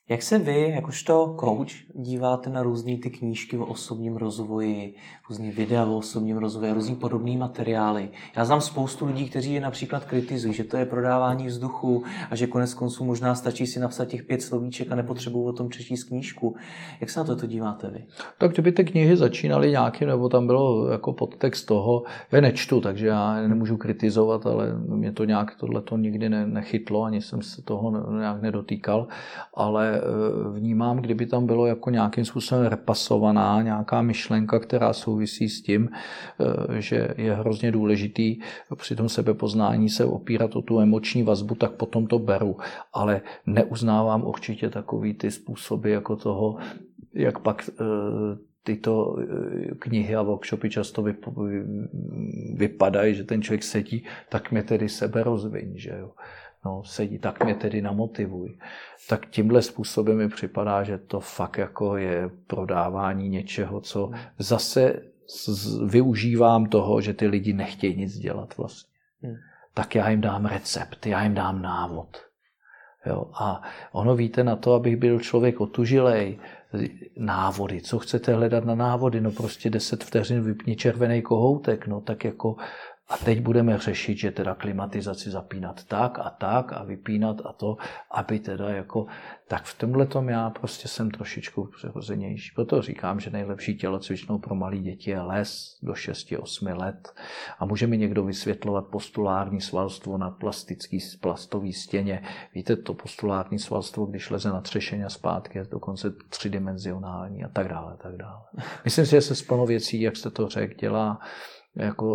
Jak se vy, jakožto coach, díváte na různé ty knížky o osobním rozvoji, různý videa o osobním rozvoji, různý podobný materiály? Já znám spoustu lidí, kteří je například kritizují, že to je prodávání vzduchu a že konec konců možná stačí si napsat těch pět slovíček a nepotřebují o tom přečíst knížku. Jak se na to, to díváte vy? Tak kdyby ty knihy začínaly nějakým, nebo tam bylo jako podtext toho, já nečtu, takže já nemůžu kritizovat, ale mě to nějak tohleto nikdy ne, nechytlo, ani jsem se toho nějak nedotýkal, ale vnímám, kdyby tam bylo jako nějakým způsobem repasovaná nějaká myšlenka, která souvisí s tím, že je hrozně důležitý při tom sebepoznání se opírat o tu emoční vazbu, tak potom to beru. Ale neuznávám určitě takový ty způsoby jako toho, jak pak tyto knihy a workshopy často vypadají, že ten člověk sedí, tak mě tedy sebe rozviň, že jo. No, sedí, tak mě tedy namotivuj. Tak tímhle způsobem mi připadá, že to fakt jako je prodávání něčeho, co zase využívám toho, že ty lidi nechtějí nic dělat vlastně. Hmm. Tak já jim dám recept, já jim dám návod. Jo, a ono víte na to, abych byl člověk otužilej, návody, co chcete hledat na návody, no prostě deset vteřin vypni červený kohoutek, no tak jako a teď budeme řešit, že teda klimatizaci zapínat tak a tak a vypínat a to, aby teda jako, tak v tomhletom já prostě jsem trošičku přirozenější. Proto říkám, že nejlepší tělocvičnou pro malé děti je les do šesti osmi let a může mi někdo vysvětlovat postulární svalstvo na plastický, plastový stěně. Víte, to postulární svalstvo, když leze na třešeň a zpátky, je dokonce třidimenzionální a tak dále, tak dále. Myslím si, že se spoustu věcí, jak jste to řekl, dělá jako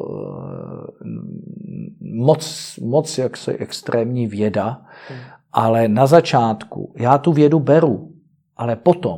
moc, moc jak se extrémní věda, hmm. ale na začátku já tu vědu beru, ale potom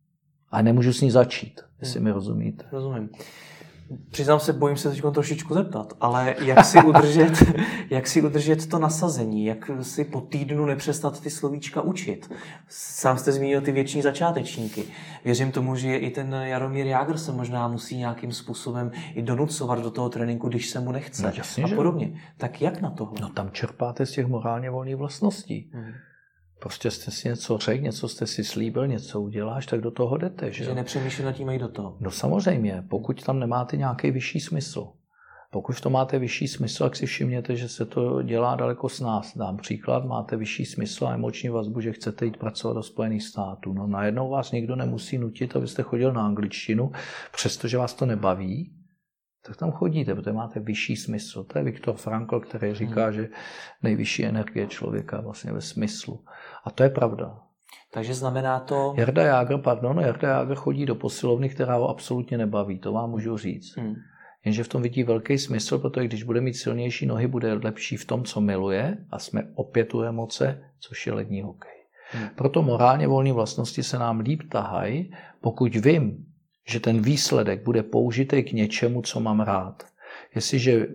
a nemůžu s ní začít, jestli hmm. mi rozumíte. Rozumím. Přiznám se, bojím se teď trošičku zeptat, ale jak si udržet, jak si udržet to nasazení, jak si po týdnu nepřestat ty slovíčka učit. Sám jste zmínil ty věční začátečníky. Věřím tomu, že i ten Jaromír Jágr se možná musí nějakým způsobem i donucovat do toho tréninku, když se mu nechce no, jasně, a podobně. Tak jak na tohle? No tam čerpáte z těch morálně volných vlastností. Hmm. Prostě jste si něco řekl, něco jste si slíbil, něco uděláš, tak do toho jdete. Že, že nepřemýšlím nad tím a jít do toho. No samozřejmě, pokud tam nemáte nějaký vyšší smysl. Pokud to máte vyšší smysl, tak si všimněte, že se to dělá daleko s nás. Dám příklad, máte vyšší smysl a emoční vazbu, že chcete jít pracovat do Spojených států. No najednou vás nikdo nemusí nutit, abyste chodil na angličtinu, přestože vás to nebaví, tak tam chodíte, protože máte vyšší smysl. To je Viktor Frankl, který říká, hmm. že nejvyšší energie člověka vlastně ve smyslu. A to je pravda. Takže znamená to... Jarda Jágr, pardon, Jarda Jágr chodí do posilovny, která ho absolutně nebaví, to vám můžu říct. Hmm. Jenže v tom vidí velký smysl, protože když bude mít silnější nohy, bude lepší v tom, co miluje a jsme opět u emoce, což je lední hokej. Hmm. Proto morálně volné vlastnosti se nám líp tahají, pokud vím, že ten výsledek bude použitý k něčemu, co mám rád. Jestliže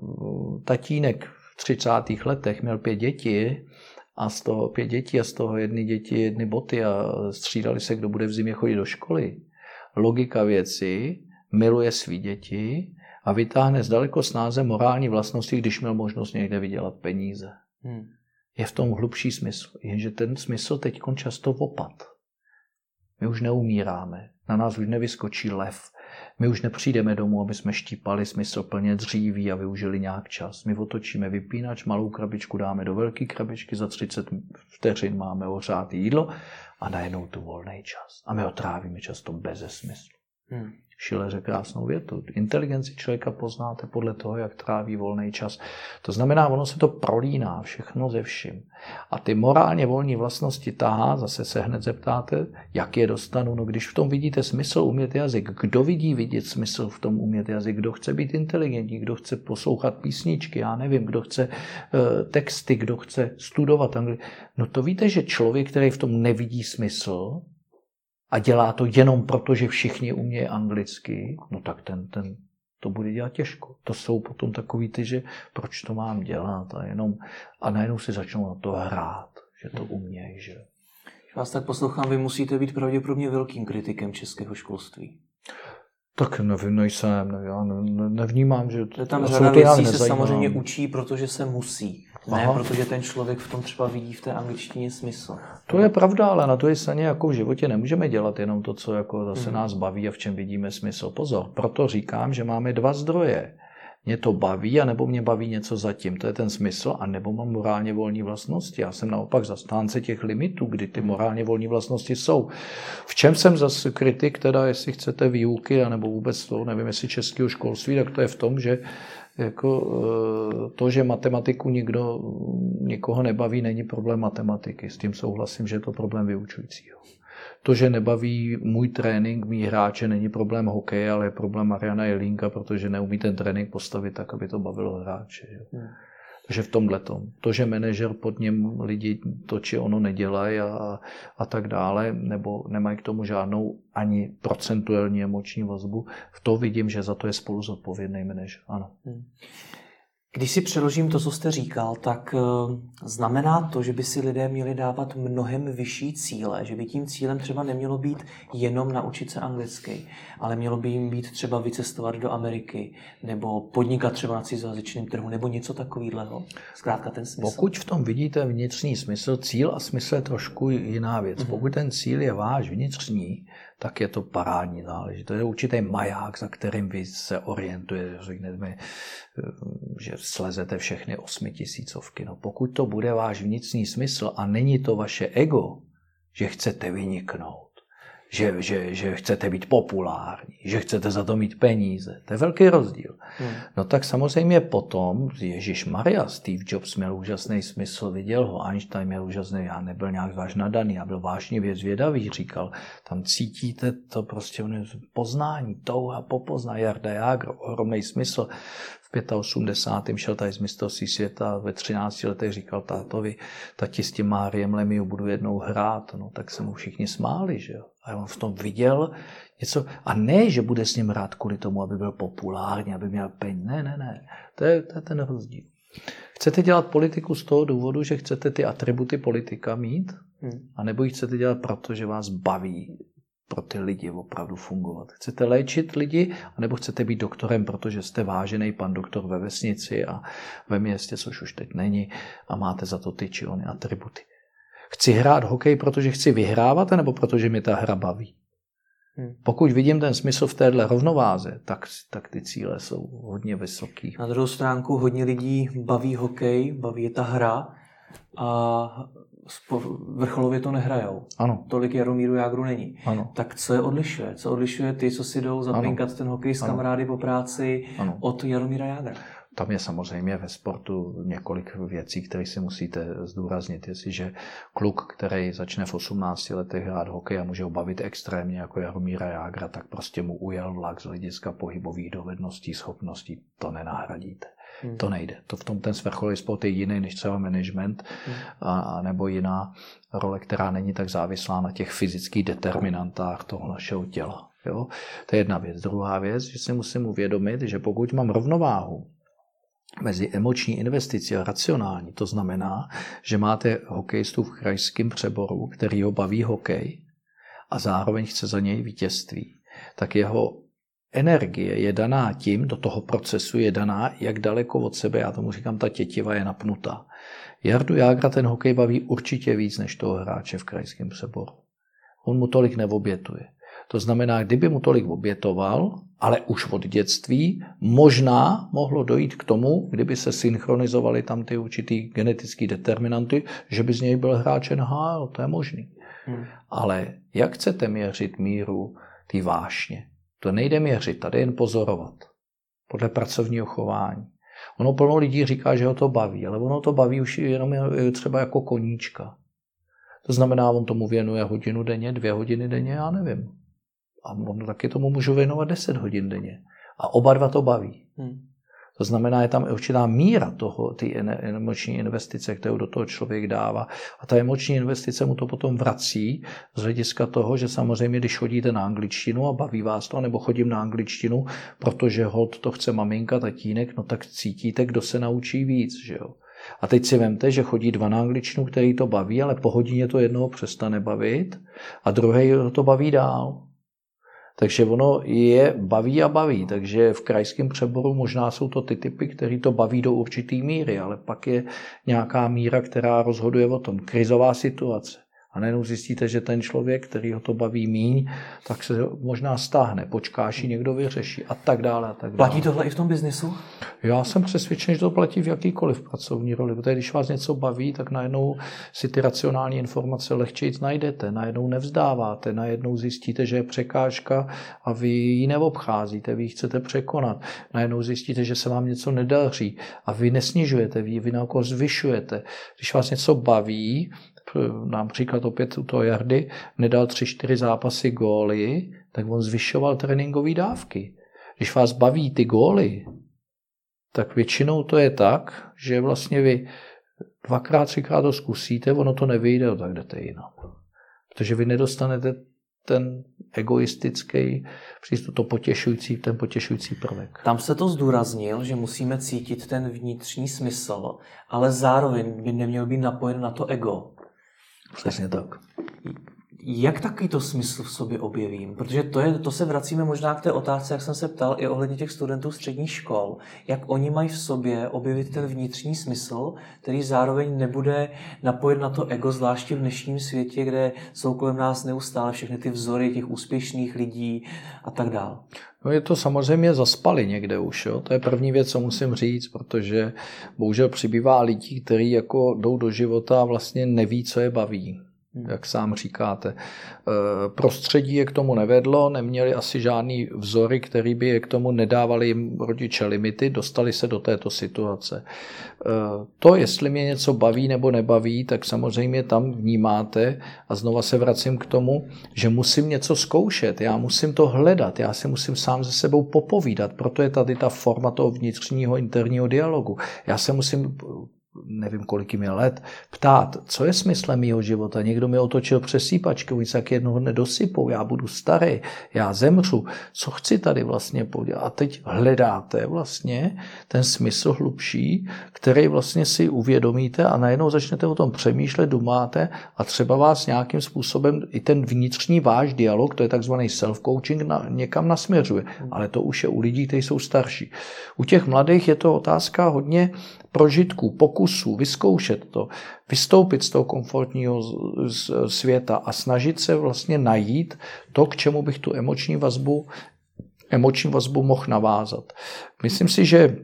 tatínek v třicátých letech měl pět dětí a z toho pět dětí a z toho jedny děti, jedny boty a střídali se, kdo bude v zimě chodit do školy. Logika věci, miluje svý děti a vytáhne z daleko snáze morální vlastnosti, když měl možnost někde vydělat peníze. Hmm. Je v tom hlubší smysl, jenže ten smysl teď často opad. My už neumíráme, na nás už nevyskočí lev, my už nepřijdeme domů, aby jsme štípali smysluplně dříví a využili nějak čas. My otočíme vypínač, malou krabičku dáme do velké krabičky, za třicet vteřin máme ohřátý jídlo a najednou tu volný čas. A my ho trávíme často beze smyslu. Hmm. Schiller řekl krásnou větu. Inteligenci člověka poznáte podle toho, jak tráví volný čas. To znamená, ono se to prolíná všechno ze vším. A ty morálně volné vlastnosti tahá, zase se hned zeptáte, jak je dostanu. No když v tom vidíte smysl umět jazyk, kdo vidí vidět smysl v tom umět jazyk, kdo chce být inteligentní, kdo chce poslouchat písničky, já nevím, kdo chce uh, texty, kdo chce studovat angličtinu. No to víte, že člověk, který v tom nevidí smysl, a dělá to jenom proto, že všichni umějí anglicky, no tak ten, ten to bude dělat těžko. To jsou potom takový ty, že proč to mám dělat a jenom a najednou si začnou na to hrát, že to umějí. Že... Když vás tak poslouchám, vy musíte být pravděpodobně velkým kritikem českého školství. Tak nevím, nejsem, ne, já ne, nevnímám, že je tam řada věcí se samozřejmě učí, protože se musí. Ne, Aha. protože ten člověk v tom třeba vidí v té angličtině smysl. To je pravda, ale na druhé straně jako v životě nemůžeme dělat jenom to, co jako zase hmm. nás baví a v čem vidíme smysl. Pozor, proto říkám, že máme dva zdroje. Mě to baví, anebo mě baví něco zatím. To je ten smysl, anebo mám morálně volné vlastnosti. Já jsem naopak zastánce těch limitů, kdy ty morálně volné vlastnosti jsou. V čem jsem zase kritik, teda jestli chcete výuky, anebo vůbec to, nevím, jestli českého školství, tak to je v tom, že jako to, že matematiku někdo, někoho nebaví, není problém matematiky. S tím souhlasím, že je to problém vyučujícího. To, že nebaví můj trénink, mý hráče, není problém hokeje, ale je problém Mariana Jelínka, protože neumí ten trénink postavit tak, aby to bavilo hráče. Hmm. Takže v tomhletom. To, že manažer pod něm lidi to, či ono nedělají a, a tak dále, nebo nemají k tomu žádnou ani procentuální emoční vazbu, v to vidím, že za to je spolu zodpovědný manažer. Ano. Hmm. Když si přeložím to, co jste říkal, tak znamená to, že by si lidé měli dávat mnohem vyšší cíle, že by tím cílem třeba nemělo být jenom naučit se anglicky, ale mělo by jim být třeba vycestovat do Ameriky nebo podnikat třeba na cizojazyčném trhu nebo něco takového. Zkrátka ten smysl. Pokud v tom vidíte vnitřní smysl, cíl a smysl je trošku jiná věc. Mm-hmm. Pokud ten cíl je váš vnitřní, tak je to parádní záležitost. To je určitý maják, za kterým vy se orientujete, řeknete, že slezete všechny osmitisícovky. No, pokud to bude váš vnitřní smysl a není to vaše ego, že chcete vyniknout, že, že, že chcete být populární, že chcete za to mít peníze, to je velký rozdíl. Hmm. No tak samozřejmě potom, Ježišmarja, Steve Jobs měl úžasný smysl, viděl ho, Einstein měl úžasný, já nebyl nějak váš nadaný, já byl vášnivě zvědavý, říkal, tam cítíte to prostě poznání, touha po poznání, Jarda Jágr, ohromný smysl. V osmdesátém pátém šel tady z mistrovství světa, ve třinácti letech říkal tátovi, tati s tím Máriem Lemieux budu jednou hrát, no tak se mu všichni smáli, že jo. A on v tom viděl něco, a ne, že bude s ním hrát kvůli tomu, aby byl populární, aby měl peníze, ne, ne, ne, to je, to je ten rozdíl. Chcete dělat politiku z toho důvodu, že chcete ty atributy politika mít, hmm. a nebo ji chcete dělat proto, že vás baví pro ty lidi opravdu fungovat. Chcete léčit lidi, anebo chcete být doktorem, protože jste vážený pan doktor ve vesnici a ve městě, což už teď není, a máte za to ty či ony atributy. Chci hrát hokej, protože chci vyhrávat, nebo protože mi ta hra baví. Hmm. Pokud vidím ten smysl v téhle rovnováze, tak, tak ty cíle jsou hodně vysoký. Na druhou stránku hodně lidí baví hokej, baví je ta hra a vrcholově to nehrajou. Ano. Tolik Jaromíru Jágru není. Ano. Tak co je odlišuje? Co odlišuje ty, co si jdou zapinkat ten hokej s kamarády po práci, ano. od Jaromíra Jágra? Tam je samozřejmě ve sportu několik věcí, které si musíte zdůraznit. Jestliže kluk, který začne v osmnácti letech hrát hokej a může ho bavit extrémně jako Jaromíra Jágra, tak prostě mu ujel vlak z hlediska pohybových dovedností, schopností. To nenahradíte. Hmm. To nejde. To v tom ten vrcholový sport je jiný než třeba management, hmm. a nebo jiná role, která není tak závislá na těch fyzických determinantách toho našeho těla. Jo? To je jedna věc. Druhá věc, že si musím uvědomit, že pokud mám rovnováhu mezi emoční investicí a racionální, to znamená, že máte hokejistu v krajském Přeboru, který ho baví hokej a zároveň chce za něj vítězství, tak jeho energie je daná tím, do toho procesu je daná, jak daleko od sebe, já tomu říkám, ta tětiva je napnutá. Jardu Jágra ten hokej baví určitě víc než toho hráče v krajském Přeboru. On mu tolik neobětuje. To znamená, kdyby mu tolik obětoval, ale už od dětství, možná mohlo dojít k tomu, kdyby se synchronizovaly tam ty určitý genetický determinanty, že by z něj byl hráč N H L, to je možný. Hmm. Ale jak chcete měřit míru té vášně? To nejde měřit, tady jen pozorovat. Podle pracovního chování. Ono plno lidí říká, že ho to baví, ale ono to baví už jenom třeba jako koníčka. To znamená, on tomu věnuje hodinu denně, dvě hodiny denně, já nevím. A on taky tomu můžu věnovat deset hodin denně. A oba dva to baví. Hmm. To znamená, je tam určitá míra toho, ty emoční investice, kterou do toho člověk dává. A ta emoční investice mu to potom vrací z hlediska toho, že samozřejmě, když chodíte na angličtinu a baví vás to, nebo chodím na angličtinu, protože hod to chce maminka, tatínek, no tak cítíte, kdo se naučí víc, že jo. A teď si vemte, že chodí dva na angličtinu, který to baví, ale po hodině to jednoho přestane bavit a druhý to baví dál. Takže ono je baví a baví. Takže v krajském přeboru možná jsou to ty typy, který to baví do určitý míry, ale pak je nějaká míra, která rozhoduje o tom. Krizová situace. A najednou zjistíte, že ten člověk, který ho to baví míň, tak se možná stáhne, počká, až ji někdo vyřeší a tak dále. A tak dále. Platí tohle i v tom biznisu? Já jsem přesvědčen, že to platí v jakýkoliv pracovní roli, protože když vás něco baví, tak najednou si ty racionální informace lehčejc najdete, najednou nevzdáváte, najednou zjistíte, že je překážka a vy ji neobcházíte, vy ji chcete překonat. Najednou zjistíte, že se vám něco nedaří a vy nesnižujete, vy, vy naopak zvyšujete. Když vás něco baví, například opět u toho Jardy, nedal tři, čtyři zápasy góly, tak on zvyšoval tréninkové dávky. Když vás baví ty góly, tak většinou to je tak, že vlastně vy dvakrát, třikrát to zkusíte, ono to nevyjde, tak jdete jinam. Protože vy nedostanete ten egoistický přístup, to potěšující, ten potěšující prvek. Tam se to zdůraznil, že musíme cítit ten vnitřní smysl, ale zároveň by neměl být napojen na to ego. Přesně tak. Jak takovýto smysl v sobě objevím? Protože to, je, to se vracíme možná k té otázce, jak jsem se ptal i ohledně těch studentů středních škol. Jak oni mají v sobě objevit ten vnitřní smysl, který zároveň nebude napojen na to ego, zvláště v dnešním světě, kde jsou kolem nás neustále všechny ty vzory těch úspěšných lidí a tak dále. No je to samozřejmě zaspali někde už, jo? To je první věc, co musím říct, protože bohužel přibývá lidí, kteří jako jdou do života a vlastně neví, co je baví. Jak sám říkáte. Prostředí je k tomu nevedlo, neměli asi žádný vzory, který by je k tomu nedávali jim rodiče limity, dostali se do této situace. To, jestli mě něco baví nebo nebaví, tak samozřejmě tam vnímáte a znova se vracím k tomu, že musím něco zkoušet, já musím to hledat, já si musím sám se sebou popovídat, proto je tady ta forma toho vnitřního interního dialogu. Já se musím, nevím, kolik jim je let, ptát, co je smyslem mýho života. Někdo mi otočil přesýpačky, oni se tak jednoho dne dosypou, já budu starý, já zemřu, co chci tady vlastně podělat. A teď hledáte vlastně ten smysl hlubší, který vlastně si uvědomíte a najednou začnete o tom přemýšlet, dumáte a třeba vás nějakým způsobem i ten vnitřní váš dialog, to je takzvaný self-coaching, na, někam nasměřuje. Ale to už je u lidí, kteří jsou starší. U těch mladých je to otázka hodně prožitků, pokusů, vyzkoušet to, vystoupit z toho komfortního světa a snažit se vlastně najít to, k čemu bych tu emoční vazbu, emoční vazbu mohl navázat. Myslím si, že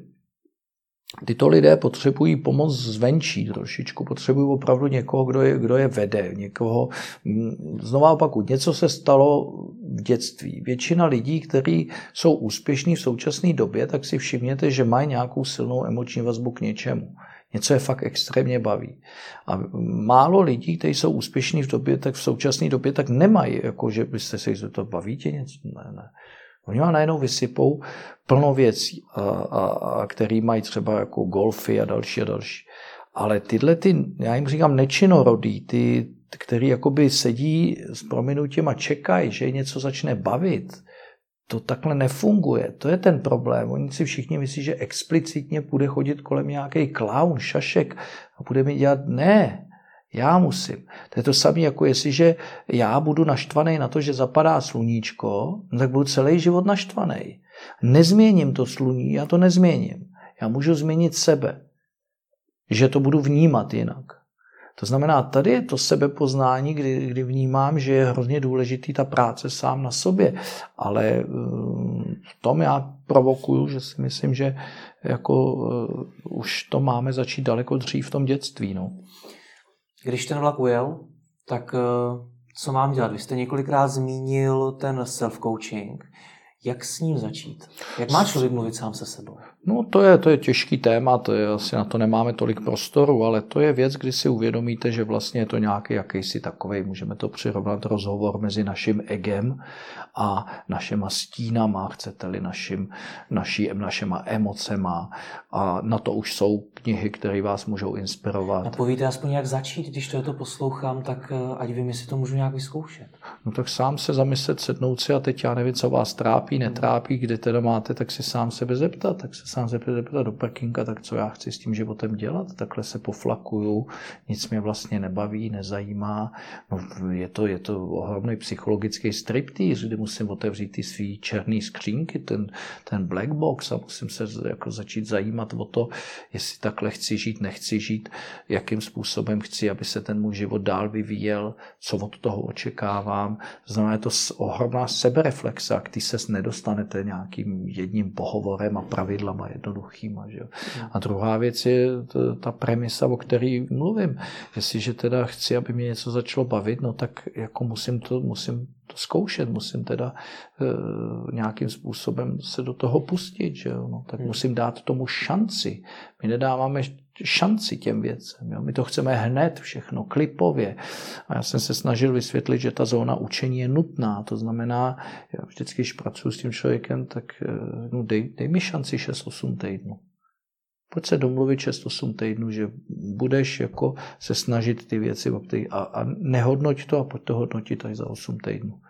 tyto lidé potřebují pomoc zvenčí trošičku, potřebují opravdu někoho, kdo je, kdo je vede, někoho, znova opakuju, něco se stalo v dětství. Většina lidí, kteří jsou úspěšní v současné době, tak si všimněte, že mají nějakou silnou emoční vazbu k něčemu. Něco je fakt extrémně baví. A málo lidí, kteří jsou úspěšní v době, tak v současné době, tak nemají, jako že byste se to baví tě něco? Ne, ne. Oni vám najednou vysypou plno věcí, a, a, a který mají třeba jako golfy a další a další. Ale tyhle, ty, já jim říkám nečinorodý, ty, který jakoby sedí s prominutím a čekají, že něco začne bavit, to takhle nefunguje. To je ten problém. Oni si všichni myslí, že explicitně bude chodit kolem nějaký klaun, šašek a bude mi dělat, ne, já musím. To je to samé, jako jestliže já budu naštvaný na to, že zapadá sluníčko, tak budu celý život naštvaný. Nezměním to sluní, já to nezměním. Já můžu změnit sebe, že to budu vnímat jinak. To znamená, tady je to sebepoznání, kdy, kdy vnímám, že je hrozně důležitý ta práce sám na sobě. Ale v tom já provokuju, že si myslím, že jako uh, už to máme začít daleko dřív v tom dětství. No. Když ten vlak ujel, tak uh, co mám dělat? Vy jste několikrát zmínil ten self-coaching. Jak s ním začít? Jak má člověk mluvit sám se sebou? No to je, to je těžký téma, to je, asi na to nemáme tolik prostoru, ale to je věc, kdy si uvědomíte, že vlastně je to nějaký jakýsi takovej, můžeme to přirovnat rozhovor mezi naším egem a našima stínama, chcete-li našim, naší, našima emocema a na to už jsou knihy, které vás můžou inspirovat. A povíte aspoň jak začít, když to, to poslouchám, tak ať vím, jestli to můžu nějak vyzkoušet. No tak sám se zamyslet, sednout si a teď já nevím, co vás trápí. trápí, netrápí, kde teda máte, tak si sám sebe zeptat, tak se sám sebe zeptat do prkínka, tak co já chci s tím životem dělat, takhle se poflakuju, nic mě vlastně nebaví, nezajímá. No, je to, je to ohromný psychologický striptease, kdy musím otevřít ty svý černý skřínky, ten, ten black box a musím se jako začít zajímat o to, jestli takhle chci žít, nechci žít, jakým způsobem chci, aby se ten můj život dál vyvíjel, co od toho očekávám. Znamená, je to ohromná sebereflexe, a ty se nedostanete nějakým jedním pohovorem a pravidlama jednoduchýma. Že? A druhá věc je ta premisa, o který mluvím. Jestliže teda chci, aby mě něco začalo bavit, no tak jako musím to, musím to zkoušet, musím teda e, nějakým způsobem se do toho pustit. Že? No, tak hmm. musím dát tomu šanci. My nedáváme šanci těm věcem. Jo? My to chceme hned všechno, klipově. A já jsem se snažil vysvětlit, že ta zóna učení je nutná. To znamená, já vždycky, když pracuji s tím člověkem, tak no, dej, dej mi šanci šest osm týdnů. Pojď se domluvit šest osm týdnů, že budeš jako se snažit ty věci a, a nehodnoť to a pojď to hodnotit až za osm týdnů.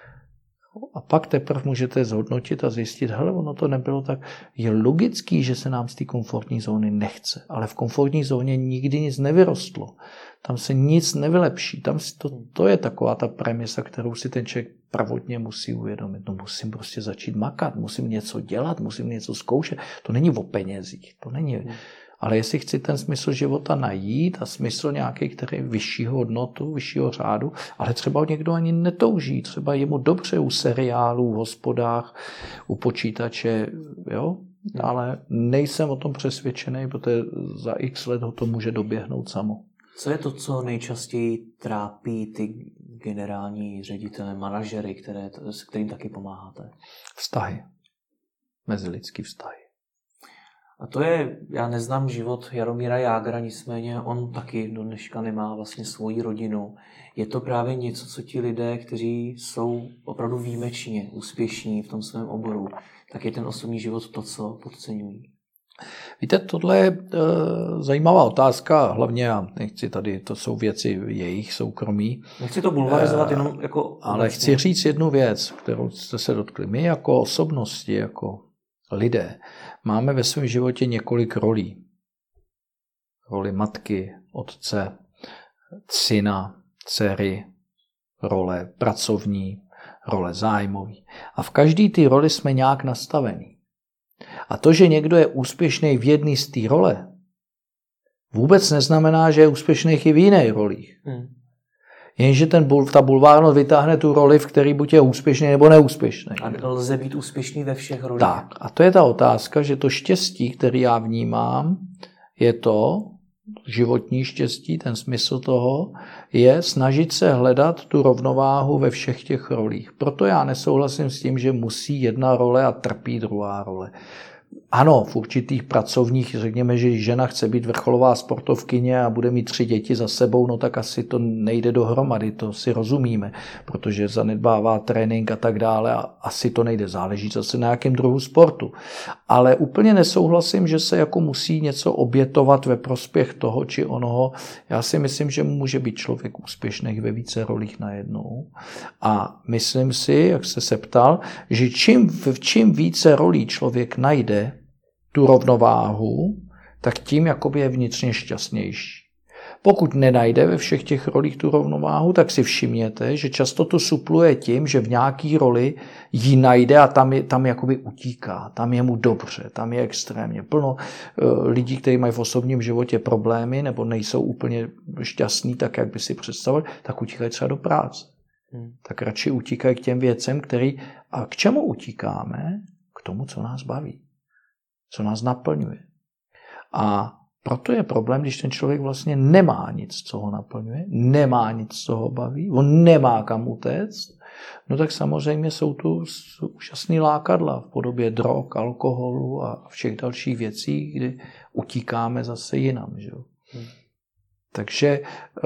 A pak teprve můžete zhodnotit a zjistit, hele, ono to nebylo tak. Je logický, že se nám z té komfortní zóny nechce, ale v komfortní zóně nikdy nic nevyrostlo. Tam se nic nevylepší. Tam to, to je taková ta premisa, kterou si ten člověk prvotně musí uvědomit. No musím prostě začít makat, musím něco dělat, musím něco zkoušet. To není o penězích, to není... Ale jestli chci ten smysl života najít a smysl nějaký, který je vyššího hodnotu, vyššího řádu, ale třeba někdo ani netouží, třeba je mu dobře u seriálů, v hospodách, u počítače, jo? Ale nejsem o tom přesvědčený, protože za x let ho to může doběhnout samo. Co je to, co nejčastěji trápí ty generální ředitele, manažery, které, s kterým taky pomáháte? Vztahy. Mezilidský vztahy. A to je, já neznám život Jaromíra Jágra, nicméně on taky do dneška nemá vlastně svoji rodinu. Je to právě něco, co ti lidé, kteří jsou opravdu výjimečně úspěšní v tom svém oboru, tak je ten osobní život to, co podceňují. Víte, tohle je e, zajímavá otázka, hlavně já nechci tady, to jsou věci jejich soukromí. Nechci to bulvarizovat e, jenom jako... Ale vlastně. Chci říct jednu věc, kterou jste se dotkli. My jako osobnosti, jako lidé, máme ve svém životě několik rolí. Roli matky, otce, syna, dcery, role pracovní, role zájmový. A v každé té roli jsme nějak nastavení. A to, že někdo je úspěšný v jedné z té role, vůbec neznamená, že je úspěšný i v jiných rolích. Hmm. Jenže ten bul, ta bulvárnost vytáhne tu roli, v které buď je úspěšný nebo neúspěšný. A lze být úspěšný ve všech rolích. Tak, a to je ta otázka, že to štěstí, který já vnímám, je to, životní štěstí, ten smysl toho, je snažit se hledat tu rovnováhu ve všech těch rolích. Proto já nesouhlasím s tím, že musí jedna role a trpí druhá role. Ano, v určitých pracovních, řekněme, že žena chce být vrcholová sportovkyně a bude mít tři děti za sebou, no tak asi to nejde dohromady, to si rozumíme, protože zanedbává trénink a tak dále a asi to nejde, záleží zase na jakém druhu sportu. Ale úplně nesouhlasím, že se jako musí něco obětovat ve prospěch toho či onoho. Já si myslím, že může být člověk úspěšný ve více rolích najednou. A myslím si, jak jste se ptal, že čím, v čím více rolí člověk najde tu rovnováhu, tak tím jakoby je vnitřně šťastnější. Pokud nenajde ve všech těch rolích tu rovnováhu, tak si všimněte, že často to supluje tím, že v nějaký roli ji najde a tam, je, tam jakoby utíká, tam je mu dobře, tam je extrémně plno lidí, kteří mají v osobním životě problémy nebo nejsou úplně šťastní tak, jak by si představili, tak utíkají třeba do práce. Hmm. Tak radši utíkají k těm věcem, který... A k čemu utíkáme? K tomu, co nás baví. Co nás naplňuje. A proto je problém, když ten člověk vlastně nemá nic, co ho naplňuje, nemá nic, co ho baví, on nemá kam utéct, no tak samozřejmě jsou tu úžasný lákadla v podobě drog, alkoholu a všech dalších věcí, kdy utíkáme zase jinam. Že? Hmm. Takže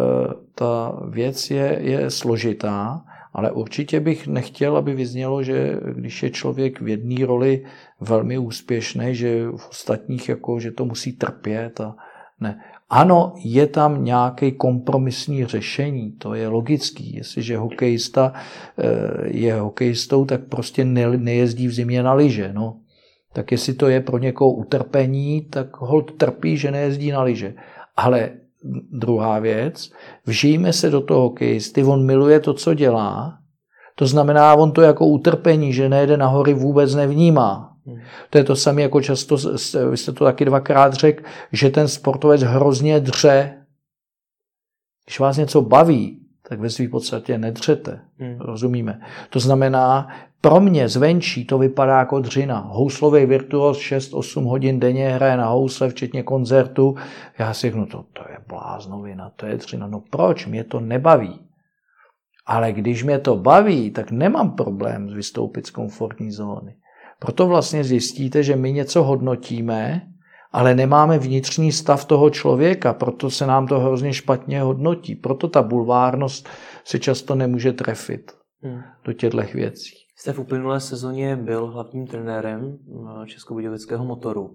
ta věc je, je složitá, ale určitě bych nechtěl, aby vyznělo, že když je člověk v jedné roli velmi úspěšný, že v ostatních jako, že to musí trpět a ne. Ano, je tam nějaké kompromisní řešení, to je logický. Jestliže hokejista je hokejistou, tak prostě nejezdí v zimě na lyže. No. Tak jestli to je pro někoho utrpení, tak holt trpí, že nejezdí na lyže. Ale druhá věc, vžijme se do toho hokejisty, on miluje to, co dělá, to znamená, on to jako utrpení, že nejede na hory, vůbec nevnímá. Hmm. To je to samé, jako často, vy jste to taky dvakrát řekl, že ten sportovec hrozně dře. Když vás něco baví, tak ve své podstatě nedřete. Hmm. Rozumíme? To znamená, pro mě zvenčí to vypadá jako dřina. Houslový virtuos šest osm hodin denně hraje na housle, včetně koncertu. Já si řeknu, to, to je bláznovina, to je dřina. No proč? Mě to nebaví. Ale když mě to baví, tak nemám problém vystoupit z komfortní zóny. Proto vlastně zjistíte, že my něco hodnotíme, ale nemáme vnitřní stav toho člověka, proto se nám to hrozně špatně hodnotí. Proto ta bulvárnost se často nemůže trefit hmm. do těchto věcí. Jste v uplynulé sezóně byl hlavním trenérem Českobudějovického Motoru.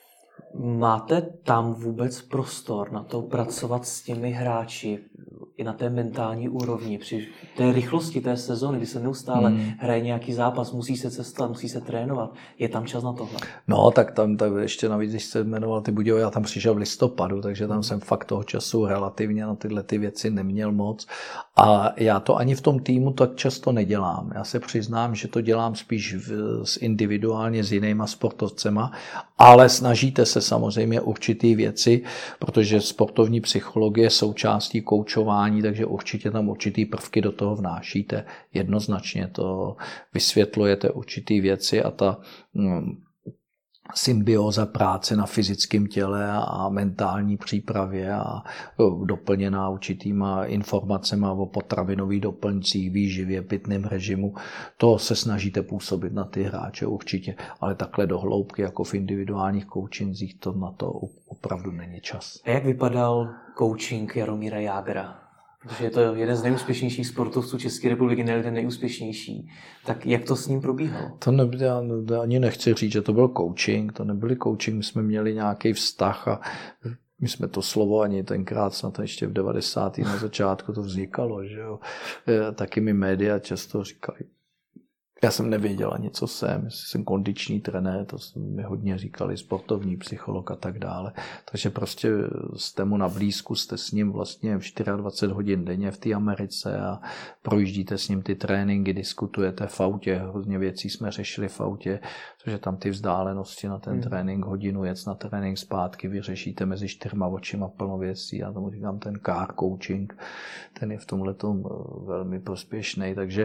Máte tam vůbec prostor na to pracovat s těmi hráči i na té mentální úrovni, při té rychlosti té sezóny, kdy se neustále hmm. hraje nějaký zápas, musí se cestovat, musí se trénovat. Je tam čas na tohle? No, tak tam tak ještě navíc, když se jmenoval ty Budějovice, já tam přišel v listopadu, takže tam jsem fakt toho času relativně na tyhle ty věci neměl moc. A já to ani v tom týmu tak často nedělám. Já se přiznám, že to dělám spíš v, s individuálně s jinýma sportovcema, ale snažíte se samozřejmě určitý věci, protože sportovní psychologie je součástí koučování, takže určitě tam určitý prvky do toho vnášíte. Jednoznačně to vysvětlujete určitý věci a ta hm, symbioza práce na fyzickém těle a mentální přípravě a doplněná určitýma informacemi o potravinových doplňcích, výživě, pitném režimu. To se snažíte působit na ty hráče určitě, ale takhle do hloubky jako v individuálních coachinzích to na to opravdu není čas. A jak vypadal coaching Jaromíra Jágra? Protože je to jeden z nejúspěšnějších sportovců České republiky, ne jeden nejúspěšnější. Tak jak to s ním probíhalo? To ne, já, já ani nechci říct, že to byl coaching, to nebyl coaching, my jsme měli nějaký vztah a my jsme to slovo ani tenkrát, snad ještě v devadesátých na začátku to vznikalo, že jo. Taky mi média často říkali, já jsem nevěděl ani, co jsem, jestli jsem kondiční trenér, to mi hodně říkali, sportovní psycholog a tak dále. Takže prostě jste mu na blízku, jste s ním vlastně dvacet čtyři hodin denně v té Americe a projíždíte s ním ty tréninky, diskutujete v autě, hodně věcí jsme řešili v autě, protože tam ty vzdálenosti na ten hmm. trénink, hodinu jet na trénink zpátky, vyřešíte mezi čtyřma očima plno věcí, já tomu říkám ten car coaching, ten je v tomhletom velmi prospěšný, takže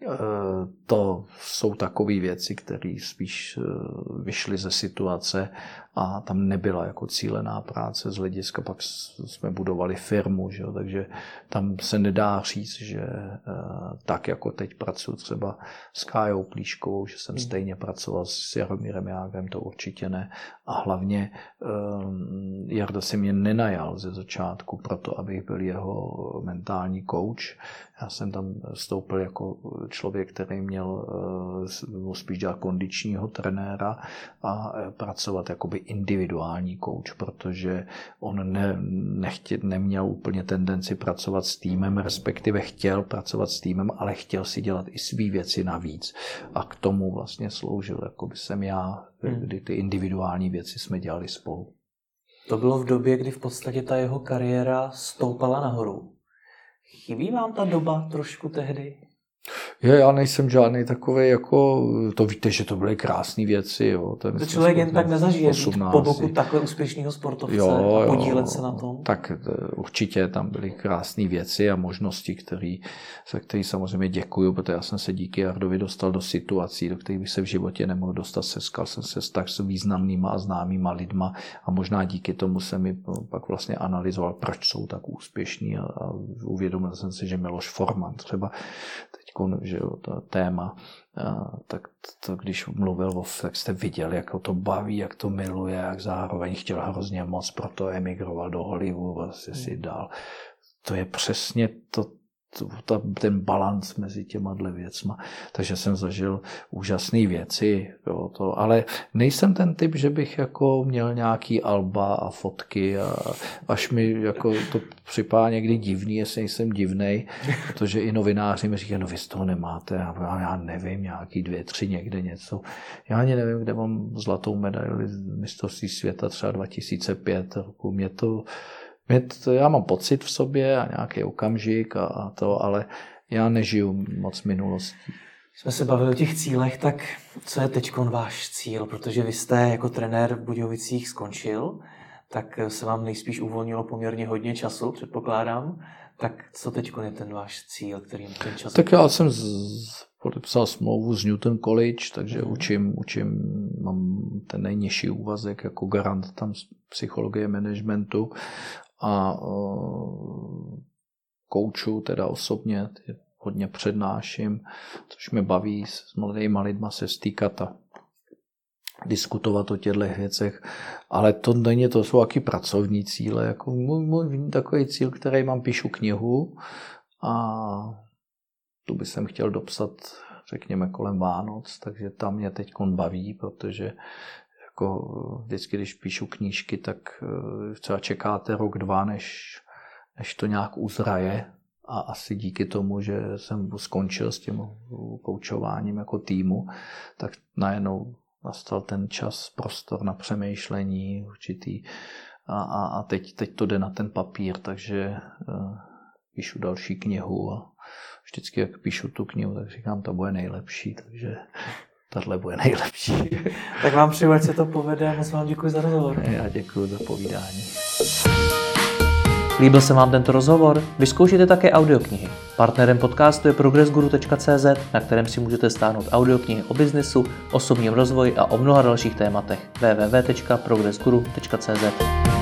to jsou takové věci, které spíš vyšly ze situace a tam nebyla jako cílená práce z hlediska, pak jsme budovali firmu, že jo? Takže tam se nedá říct, že tak jako teď pracuji třeba s Kájou Plíškovou, že jsem hmm. stejně pracoval s Jaromírem Jágrem, to určitě ne. A hlavně Jarda se mě nenajal ze začátku proto, abych byl jeho mentální coach. Já jsem tam vstoupil jako člověk, který měl spíš dělat kondičního trenéra a pracovat jakoby individuální coach, protože on ne, nechtě, neměl úplně tendenci pracovat s týmem, respektive chtěl pracovat s týmem, ale chtěl si dělat i svý věci navíc. A k tomu vlastně sloužil, jakoby jsem já, hmm. kdy ty individuální věci jsme dělali spolu. To bylo v době, kdy v podstatě ta jeho kariéra stoupala nahoru. Chybí vám ta doba trošku tehdy? Je, já nejsem žádný takový, jako, to víte, že to byly krásné věci. Jo. To člověk jen tak nezažije po boku takhle úspěšného sportovce jo, a podílet jo, se na tom. Tak určitě tam byly krásné věci a možnosti, který, za které samozřejmě děkuju, protože já jsem se díky Jardovi dostal do situací, do kterých bych se v životě nemohl dostat. Seskal jsem se s tak s významnýma a známýma lidma a možná díky tomu jsem mi pak vlastně analyzoval, proč jsou tak úspěšní a, a uvědomil jsem si, že Miloš Forman třeba že jo, to téma, a, tak to, když mluvil o, tak jste viděli, jak to baví, jak to miluje, jak zároveň chtěl hrozně moc, proto emigroval do Hollywoodu, vlastně si dal. To je přesně to, ta, ten balans mezi těma dle věcma. Takže jsem zažil úžasné věci, jo, to, ale nejsem ten typ, že bych jako měl nějaký alba a fotky a až mi jako to připadá někdy divný, jestli nejsem divnej, protože i novináři mi říkají, no vy z toho nemáte, já, já nevím, nějaký dvě, tři někde něco. Já ani nevím, kde mám zlatou medaili z mistrovství světa třeba dva tisíce pět. Roku. Mě to To, já mám pocit v sobě a nějaký okamžik a, a to, ale já nežiju moc minulostí. Jsme se bavili o těch cílech, tak co je teďkon váš cíl? Protože vy jste jako trenér v Budějovicích skončil, tak se vám nejspíš uvolnilo poměrně hodně času, předpokládám. Tak co teďkon je ten váš cíl, kterým ten čas... Tak já jsem z, podepsal smlouvu z Newton College, takže mm. učím, učím, mám ten nejnižší úvazek jako garant tam z psychologie managementu. A uh, kouču teda osobně, hodně přednáším, což mě baví s mladýma lidma se stýkat a diskutovat o těchto věcech, ale to není, to jsou taky pracovní cíle. Jako můj, můj takový cíl, který mám, píšu knihu a tu bych jsem chtěl dopsat, řekněme, kolem Vánoc, takže tam mě teďkon baví, protože jako vždycky, když píšu knížky, tak třeba čekáte rok, dva, než, než to nějak uzraje. A asi díky tomu, že jsem skončil s tím koučováním jako týmu, tak najednou nastal ten čas, prostor na přemýšlení určitý. A, a, a teď, teď to jde na ten papír, takže uh, píšu další knihu a vždycky, jak píšu tu knihu, tak říkám, to bude nejlepší, takže tahle bude nejlepší. Tak vám přeju, ať se to povede. Moc vám děkuji za rozhovor. Já děkuji za povídání. Líbil se vám tento rozhovor? Vyzkoušejte také audioknihy. Partnerem podcastu je progress guru tečka cé zet, na kterém si můžete stáhnout audioknihy o biznesu, osobním rozvoji a o mnoha dalších tématech. w w w tečka progress guru tečka cé zet